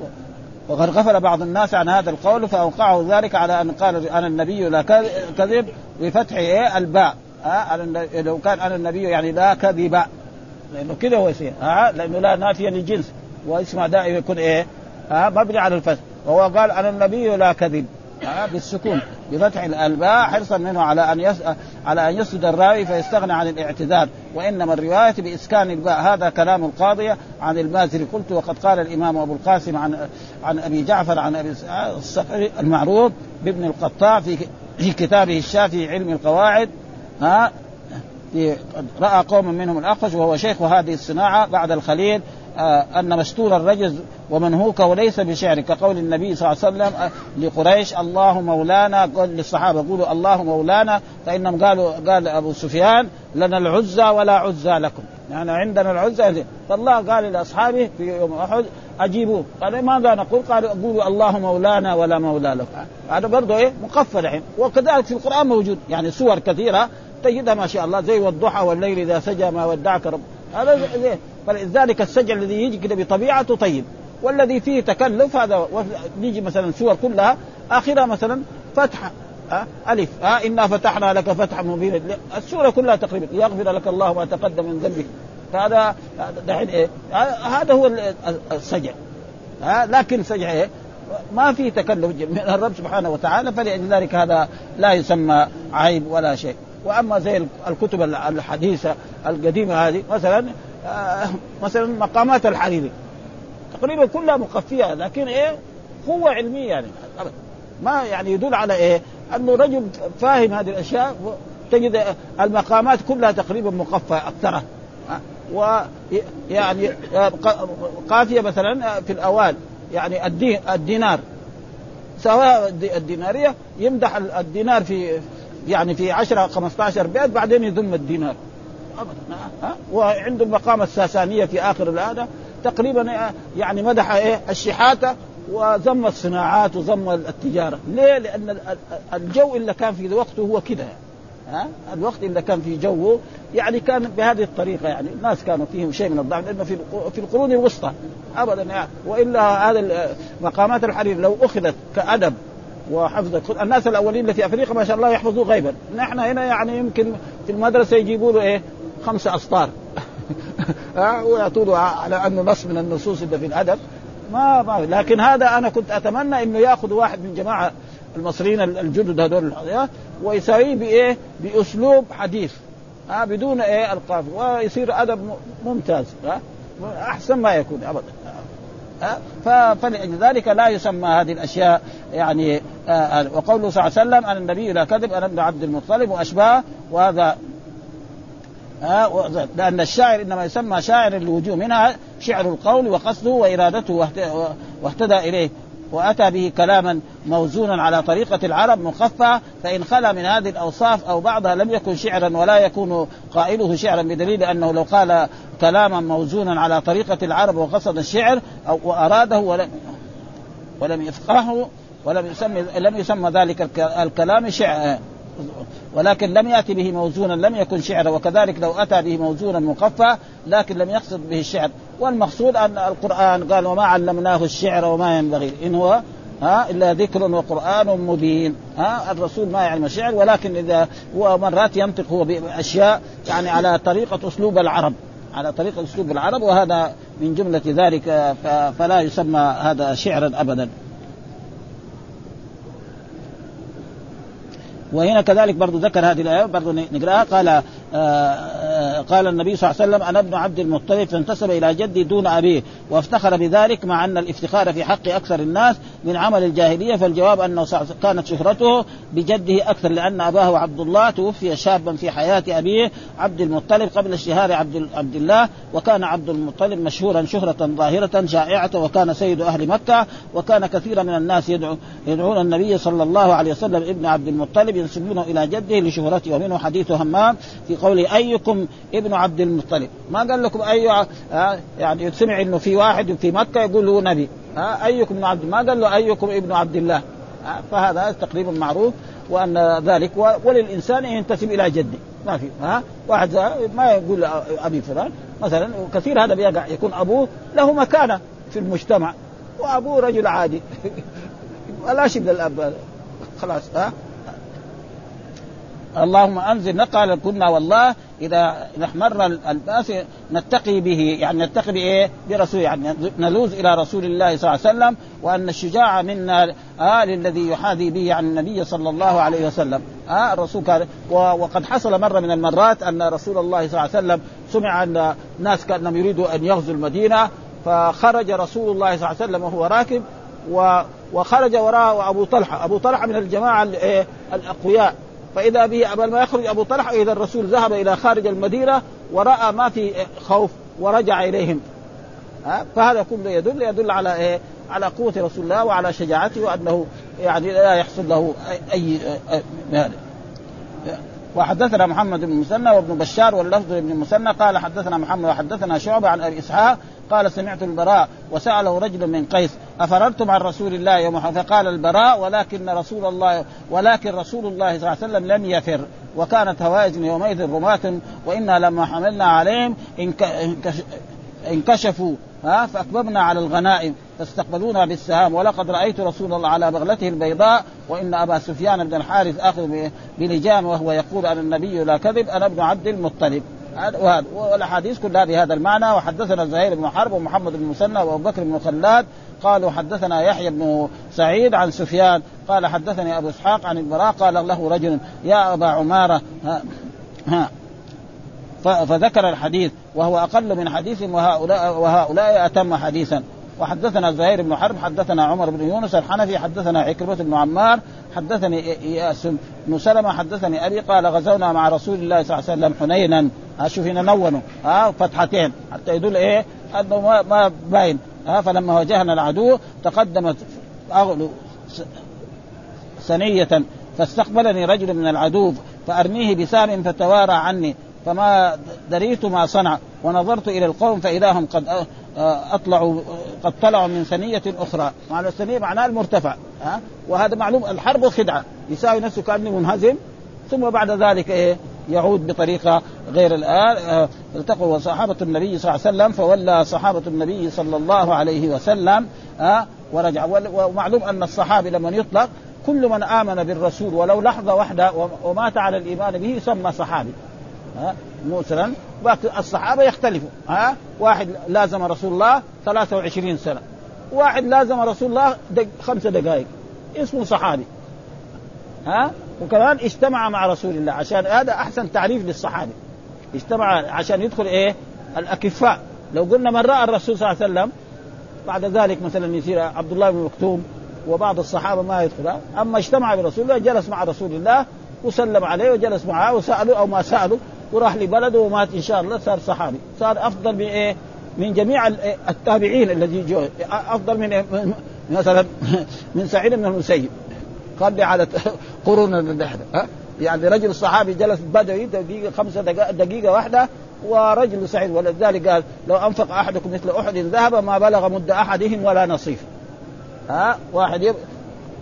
وقد غفل بعض الناس عن هذا القول فأوقعه ذلك على أن قال أنا النبي لا كذب بفتح إيه الباء، ها لو كان أنا النبي يعني لا كذب، لأنه كده هو يصير، ها لأنه لا نافيا للجنس واسمع دائما يكون إيه ها مبني على الفتح. وهو قال أنا النبي لا كذب ها بالسكون بفتح الباء حرصا منه على أن يس... على أن يسد الراوي فيستغنى عن الاعتذار. وإنما الرواية بإسكان الباء. هذا كلام القاضية عن المازري. قلت وقد قال الإمام أبو القاسم عن عن أبي جعفر عن أبي الصقري المعروف بابن القطاع في في كتابه الشافعي علم القواعد، ها رأى قوم منهم الأخفش وهو شيخ هذه الصناعة بعد الخليل آه أن مستور الرجز ومنهوك وليس بشعر، كقول النبي صلى الله عليه وسلم آه لقريش الله مولانا، قال للصحابة قولوا الله مولانا، فإنهم قالوا قال أبو سفيان لنا العزى ولا عزى لكم، يعني عندنا العزى. فالله قال لأصحابه في يوم أحد أجيبوه، قال ماذا نقول؟ قالوا قولوا الله مولانا ولا مولى لكم. هذا برضه إيه مقفل الحين. وكذلك في القرآن موجود يعني صور كثيرة تجدها ما شاء الله زي والضحى والليل إذا سجى ما ودعك رب، هذا زي. فلذلك السجع الذي يجي كده بطبيعته طيب، والذي فيه تكلف هذا. نيجي مثلا سور كلها آخرها مثلا فتحة أه؟ ألف أه؟ إنا فتحنا لك فتحا مبينا، السورة كلها تقريبا يغفر لك الله ما تقدم من ذنبك. فهذا دحين إيه هذا هو السجع أه؟ لكن سجع إيه ما في تكلف من الرب سبحانه وتعالى، فلذلك هذا لا يسمى عيب ولا شيء. وأما زي الكتب الحديثة القديمة هذه مثلا آه مثلا مقامات الحريري تقريبا كلها مقفية، لكن إيه قوة علمية يعني ما يعني يدل على إيه أنه رجل فاهم هذه الأشياء. تجد المقامات كلها تقريبا مقفى أكثرها، ويعني قافية مثلا في الأوال يعني الدينار سواء الدينارية يمدح الدينار في يعني في عشرة خمسة عشر بيت بعدين يذم الدينار أبدا. ها وعنده مقام الساسانية في آخر الآدة تقريبا يعني مدح إيه الشحاتة وذم الصناعات وذم التجارة. ليه؟ لأن الجو اللي كان في وقته هو كده، ها الوقت اللي كان في جوه يعني كان بهذه الطريقة، يعني الناس كانوا فيهم شيء من الضعف، لأنه في في القرون الوسطى أبدا يعني. وإلا هذا مقامات الحرير لو أخذت كأدب وحفظ الناس الأولين اللي في أفريقيا ما شاء الله يحفظوا غيبا، نحن هنا يعني يمكن في المدرسة يجيبوا له إيه خمسة أسطار ويعطوا له على أنه نص من النصوص اللي في الأدب ما, ما لكن هذا أنا كنت أتمنى إنه يأخذ واحد من جماعة المصريين الجدد هذول ويسويه بإيه بأسلوب حديث ها بدون إيه القاف ويصير أدب ممتاز ها أحسن ما يكون أبدا. فلذلك لا يسمى هذه الأشياء يعني آه وقوله صلى الله عليه وسلم أن النبي لا كذب أنا ابن عبد المطلب وأشباه. وهذا آه لأن الشاعر إنما يسمى شاعر لوجوه منها شعر القول وقصده وإرادته واهتدى إليه وأتى به كلاما موزونا على طريقة العرب مخفى، فإن خلا من هذه الأوصاف أو بعضها لم يكن شعرا ولا يكون قائله شعرا، بدليل أنه لو قال كلاما موزونا على طريقة العرب وقصد الشعر أو وأراده ولم ولم يفقهه ولم يسمى لم يسمى ذلك الكلام شعر، ولكن لم يأتي به موزونا لم يكن شعرا، وكذلك لو أتى به موزونا مخفى لكن لم يقصد به الشعر. والمقصود أن القرآن قال وما علمناه الشعر وما ينبغي إن هو ها إلا ذكر وقرآن مبين. ها الرسول ما يعلم الشعر، ولكن إذا هو مرات ينطق هو بأشياء يعني على طريقة أسلوب العرب، على طريقة أسلوب العرب، وهذا من جملة ذلك فلا يسمى هذا شعرا أبدا. وهنا كذلك برضو ذكر هذه الآية برضو نقرأها. قال آآ آآ قال النبي صلى الله عليه وسلم أنا ابن عبد المطلب فانتسب إلى جدي دون أبيه وافتخر بذلك، مع أن الافتخار في حق أكثر الناس من عمل الجاهلية. فالجواب أنه كانت شهرته بجده أكثر، لأن أباه عبد الله توفي شابا في حياة أبيه عبد المطلب قبل اشتهار عبد, عبد الله، وكان عبد المطلب مشهورا شهرة ظاهرة شائعة، وكان سيد أهل مكة، وكان كثيرا من الناس يدعو يدعون النبي صلى الله عليه وسلم ابن عبد المطلب ينسبونه إلى جده لشهرته. ومنه حديث همام في قوله أيكم ابن عبد المطلب، ما قال لكم أي آه يعني سمع إنه في واحد في مكة يقول له نبي آه أيكم ابن عبد، ما قال له أيكم ابن عبد الله آه فهذا تقريبا معروف، وأن ذلك وللإنسان ينتسب إلى جده ما في ها آه واحد ما يقول أبي فلان مثلا. وكثير هذا بيقع يكون أبوه له مكانة في المجتمع وأبوه رجل عادي ولا شيء من الأب خلاص ها آه. اللهم أنزل نقال كنا والله إذا احمر الباس نتقي به، يعني نتقي بإيه برسول، يعني نلوز إلى رسول الله صلى الله عليه وسلم، وأن الشجاعة منا آه للذي يحاذي به عن النبي صلى الله عليه وسلم. آه الرسول كان وقد حصل مرة من المرات أن رسول الله صلى الله عليه وسلم سمع أن ناس كانوا يريدوا أن يغزوا المدينة، فخرج رسول الله صلى الله عليه وسلم وهو راكب وخرج وراءه أبو طلحة أبو طلحة من الجماعة الأقوياء، فإذا به قبل ما يخرج أبو طلحة إذا الرسول ذهب إلى خارج المدينة ورأى ما في خوف ورجع إليهم. فهذا كله يدل يدل على إيه؟ على قوة رسول الله وعلى شجاعته، وأنه يعني لا يحصل له أي هذا. وحدثنا محمد بن مسنى وابن بشار واللفظ ابن مسنى قال حدثنا محمد وحدثنا شعبة عن أبي إسحاق قال سمعت البراء وسأله رجل من قيس أفررتم عن رسول الله يوم حنين؟ فقال البراء ولكن رسول الله ولكن رسول الله صلى الله عليه وسلم لم يفر، وكانت هوازن يومئذ رماة وإنا لما حملنا عليهم انكشفوا ها فأكببنا على الغنائم فاستقبلونا بالسهام، ولقد رأيت رسول الله على بغلته البيضاء وإن أبا سفيان بن الحارث آخذ بلجام وهو يقول أنا النبي لا كذب أنا ابن عبد المطلب. والأحاديث كلها بهذا المعنى. وحدثنا زهير بن حرب ومحمد بن مسنى وأبو بكر بن خلاد قالوا حدثنا يحيى بن سعيد عن سفيان قال حدثني أبو إسحاق عن البراء قال له رجل يا أبا عمارة ها, ها فذكر الحديث وهو أقل من حديثهم وهؤلاء, وهؤلاء أتم حديثا. وحدثنا زهير بن حرب حدثنا عمر بن يونس الحنفي حدثنا عكرمة بن عمار حدثني إياس بن سلمة حدثني أبي قال غزونا مع رسول الله صلى الله عليه وسلم حنينا. شوف هنا نونوا ها فتحتين حتى يدل إيه أنه ما, ما باين ها. فلما واجهنا العدو تقدمت أغلو سنية فاستقبلني رجل من العدو فأرميه بسام فتوارى عني فما دريت ما صنع ونظرت إلى القوم فإذا هم قد أطلعوا قد طلعوا من ثنية أخرى. معنى الثنية معناه المرتفع ها؟ وهذا معلوم الحرب خدعة يساوي نفسه كأنه منهزم ثم بعد ذلك إيه يعود بطريقة غير الآن. التقوا صحابة النبي صلى الله عليه وسلم فولى صحابة النبي صلى الله عليه وسلم ها ورجع. ومعلوم أن الصحابي لما يطلق كل من آمن بالرسول ولو لحظة واحدة ومات على الإيمان به يسمى صحابي ها. مثلا الصحابة يختلفوا ها. واحد لازم رسول الله ثلاثة وعشرين سنة، واحد لازم رسول الله دق خمسة دقائق اسمه صحابي ها. وكمان اجتمع مع رسول الله عشان هذا أحسن تعريف للصحابي اجتمع عشان يدخل إيه الأكفاء. لو قلنا من رأى الرسول صلى الله عليه وسلم بعد ذلك مثلا يصير عبد الله بن مكتوم وبعض الصحابة ما يدخل. أما اجتمع برسول الله جلس مع رسول الله وسلم عليه وجلس معه وسأله أو ما سأله وراح لبلده ومات إن شاء الله صار صحابي، صار أفضل من إيه من جميع التابعين الذي جو أفضل من إيه؟ مثلا من سعيد بن المسيب قال لي على قرون الدهر ها. يعني رجل صحابي جلس بدوي دقيقة خمسة دقيقة, دقيقة واحدة ورجل سعيد. ولذلك قال لو أنفق أحدكم مثل أحد ذهب ما بلغ مد أحدهم ولا نصيف ها. واحد يب...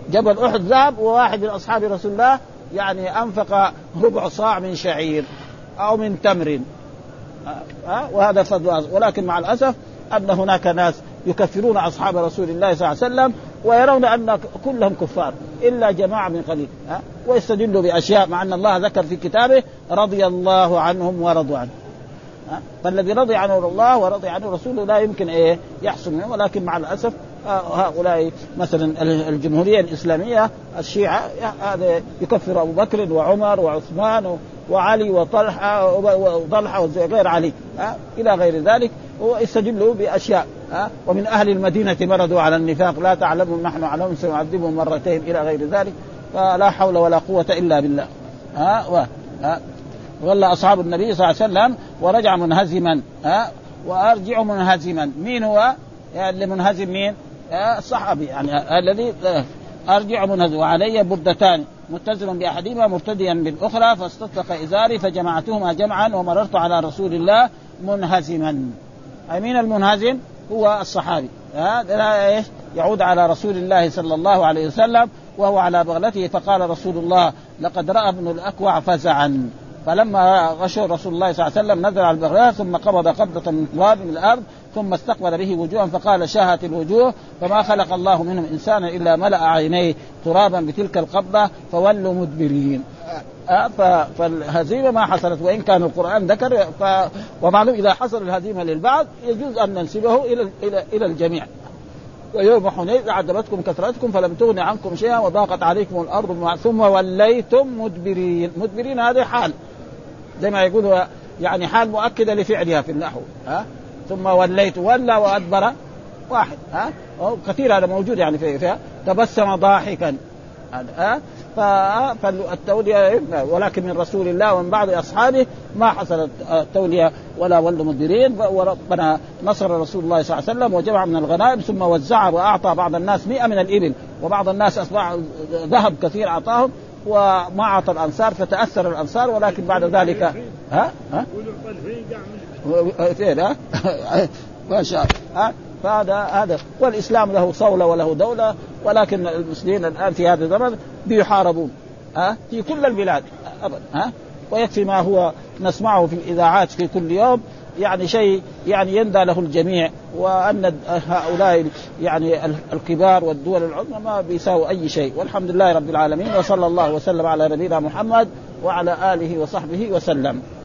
جبل أحد ذهب، وواحد من أصحاب رسول الله يعني أنفق ربع صاع من شعير أو من تمر، أه؟ وهذا فضل. ولكن مع الأسف أن هناك ناس يكفرون أصحاب رسول الله صلى الله عليه وسلم ويرون أن كلهم كفار إلا جماعة من قليل، أه؟ ويستدلوا بأشياء مع أن الله ذكر في كتابه رضي الله عنهم ورضوا عنه. أه؟ فالذي رضي عنه الله ورضي عنه رسوله لا يمكن إيه يحصل منه. ولكن مع الأسف هؤلاء مثلا الجمهورية الإسلامية الشيعة هذا يكفر أبو بكر وعمر وعثمان وعلي وطلحة وطلحة وغير علي أه؟ إلى غير ذلك، ويستدلوا بأشياء أه؟ ومن أهل المدينة مرضوا على النفاق لا تعلمهم نحن علمهم سنعذبهم مرتين إلى غير ذلك. فلا حول ولا قوة إلا بالله. أه؟ أه؟ والله أصحاب النبي صلى الله عليه وسلم ورجع منهزما أه؟ وأرجع منهزما. مين هو اللي منهزم؟ مين؟ الصحابي يعني الذي أرجع منهزم. وعلي بردتان متزن بأحدهما مرتديا بالأخرى فاستطلق إزاري فجمعتهما جمعا ومررت على رسول الله منهزما. أي مين المنهزم؟ هو الصحابي. هذا يعود على رسول الله صلى الله عليه وسلم وهو على بغلته فقال رسول الله لقد رأى ابن الأكوع فزعا. فلما غشوا رسول الله صلى الله عليه وسلم نزل على البغلة ثم قبض قبضة من تراب من الأرض ثم استقبل به وجوها فقال شاهت الوجوه فما خلق الله منهم إنسانا إلا ملأ عينيه ترابا بتلك القبضة فولوا مدبرين. فالهزيمة ما حصلت وإن كان القرآن ذكر ف... ومعلوم إذا حصل الهزيمة للبعض يجوز أن ننسبه إلى إلى إلى الجميع. ويوم حنين أعجبتكم كثرتكم فلم تغن عنكم شيئا وضاقت عليكم الأرض ثم وليتم مدبرين. مدبرين هذا حال زي ما يقولوا يعني حال مؤكدة لفعلها في النحو. ها ثم وليت ولا وأدبر واحد. ها كثير هذا موجود يعني في فيها تبسم ضاحكا. ها فالتولية ولكن من رسول الله ومن بعض أصحابه ما حصلت التولية ولا ولوا مدبرين. وربنا نصر رسول الله صلى الله عليه وسلم وجمع من الغنائم ثم وزع وأعطى بعض الناس مئة من الإبل وبعض الناس أصبح ذهب كثير أعطاهم وما أعطى الأنصار فتأثر الأنصار. ولكن بعد ذلك ها ها فين ها ما شاء ها فهذا هذا. والإسلام له صولة وله دولة. ولكن المسلمين الآن في هذا الزمن بيحاربون ها في كل البلاد أبدا. ها ويكفي ما هو نسمعه في الإذاعات في كل يوم يعني شيء يعني يندى له الجميع. وأن هؤلاء يعني الكبار والدول العظمى ما بيساووا أي شيء. والحمد لله رب العالمين وصلى الله وسلم على نبينا محمد وعلى آله وصحبه وسلم.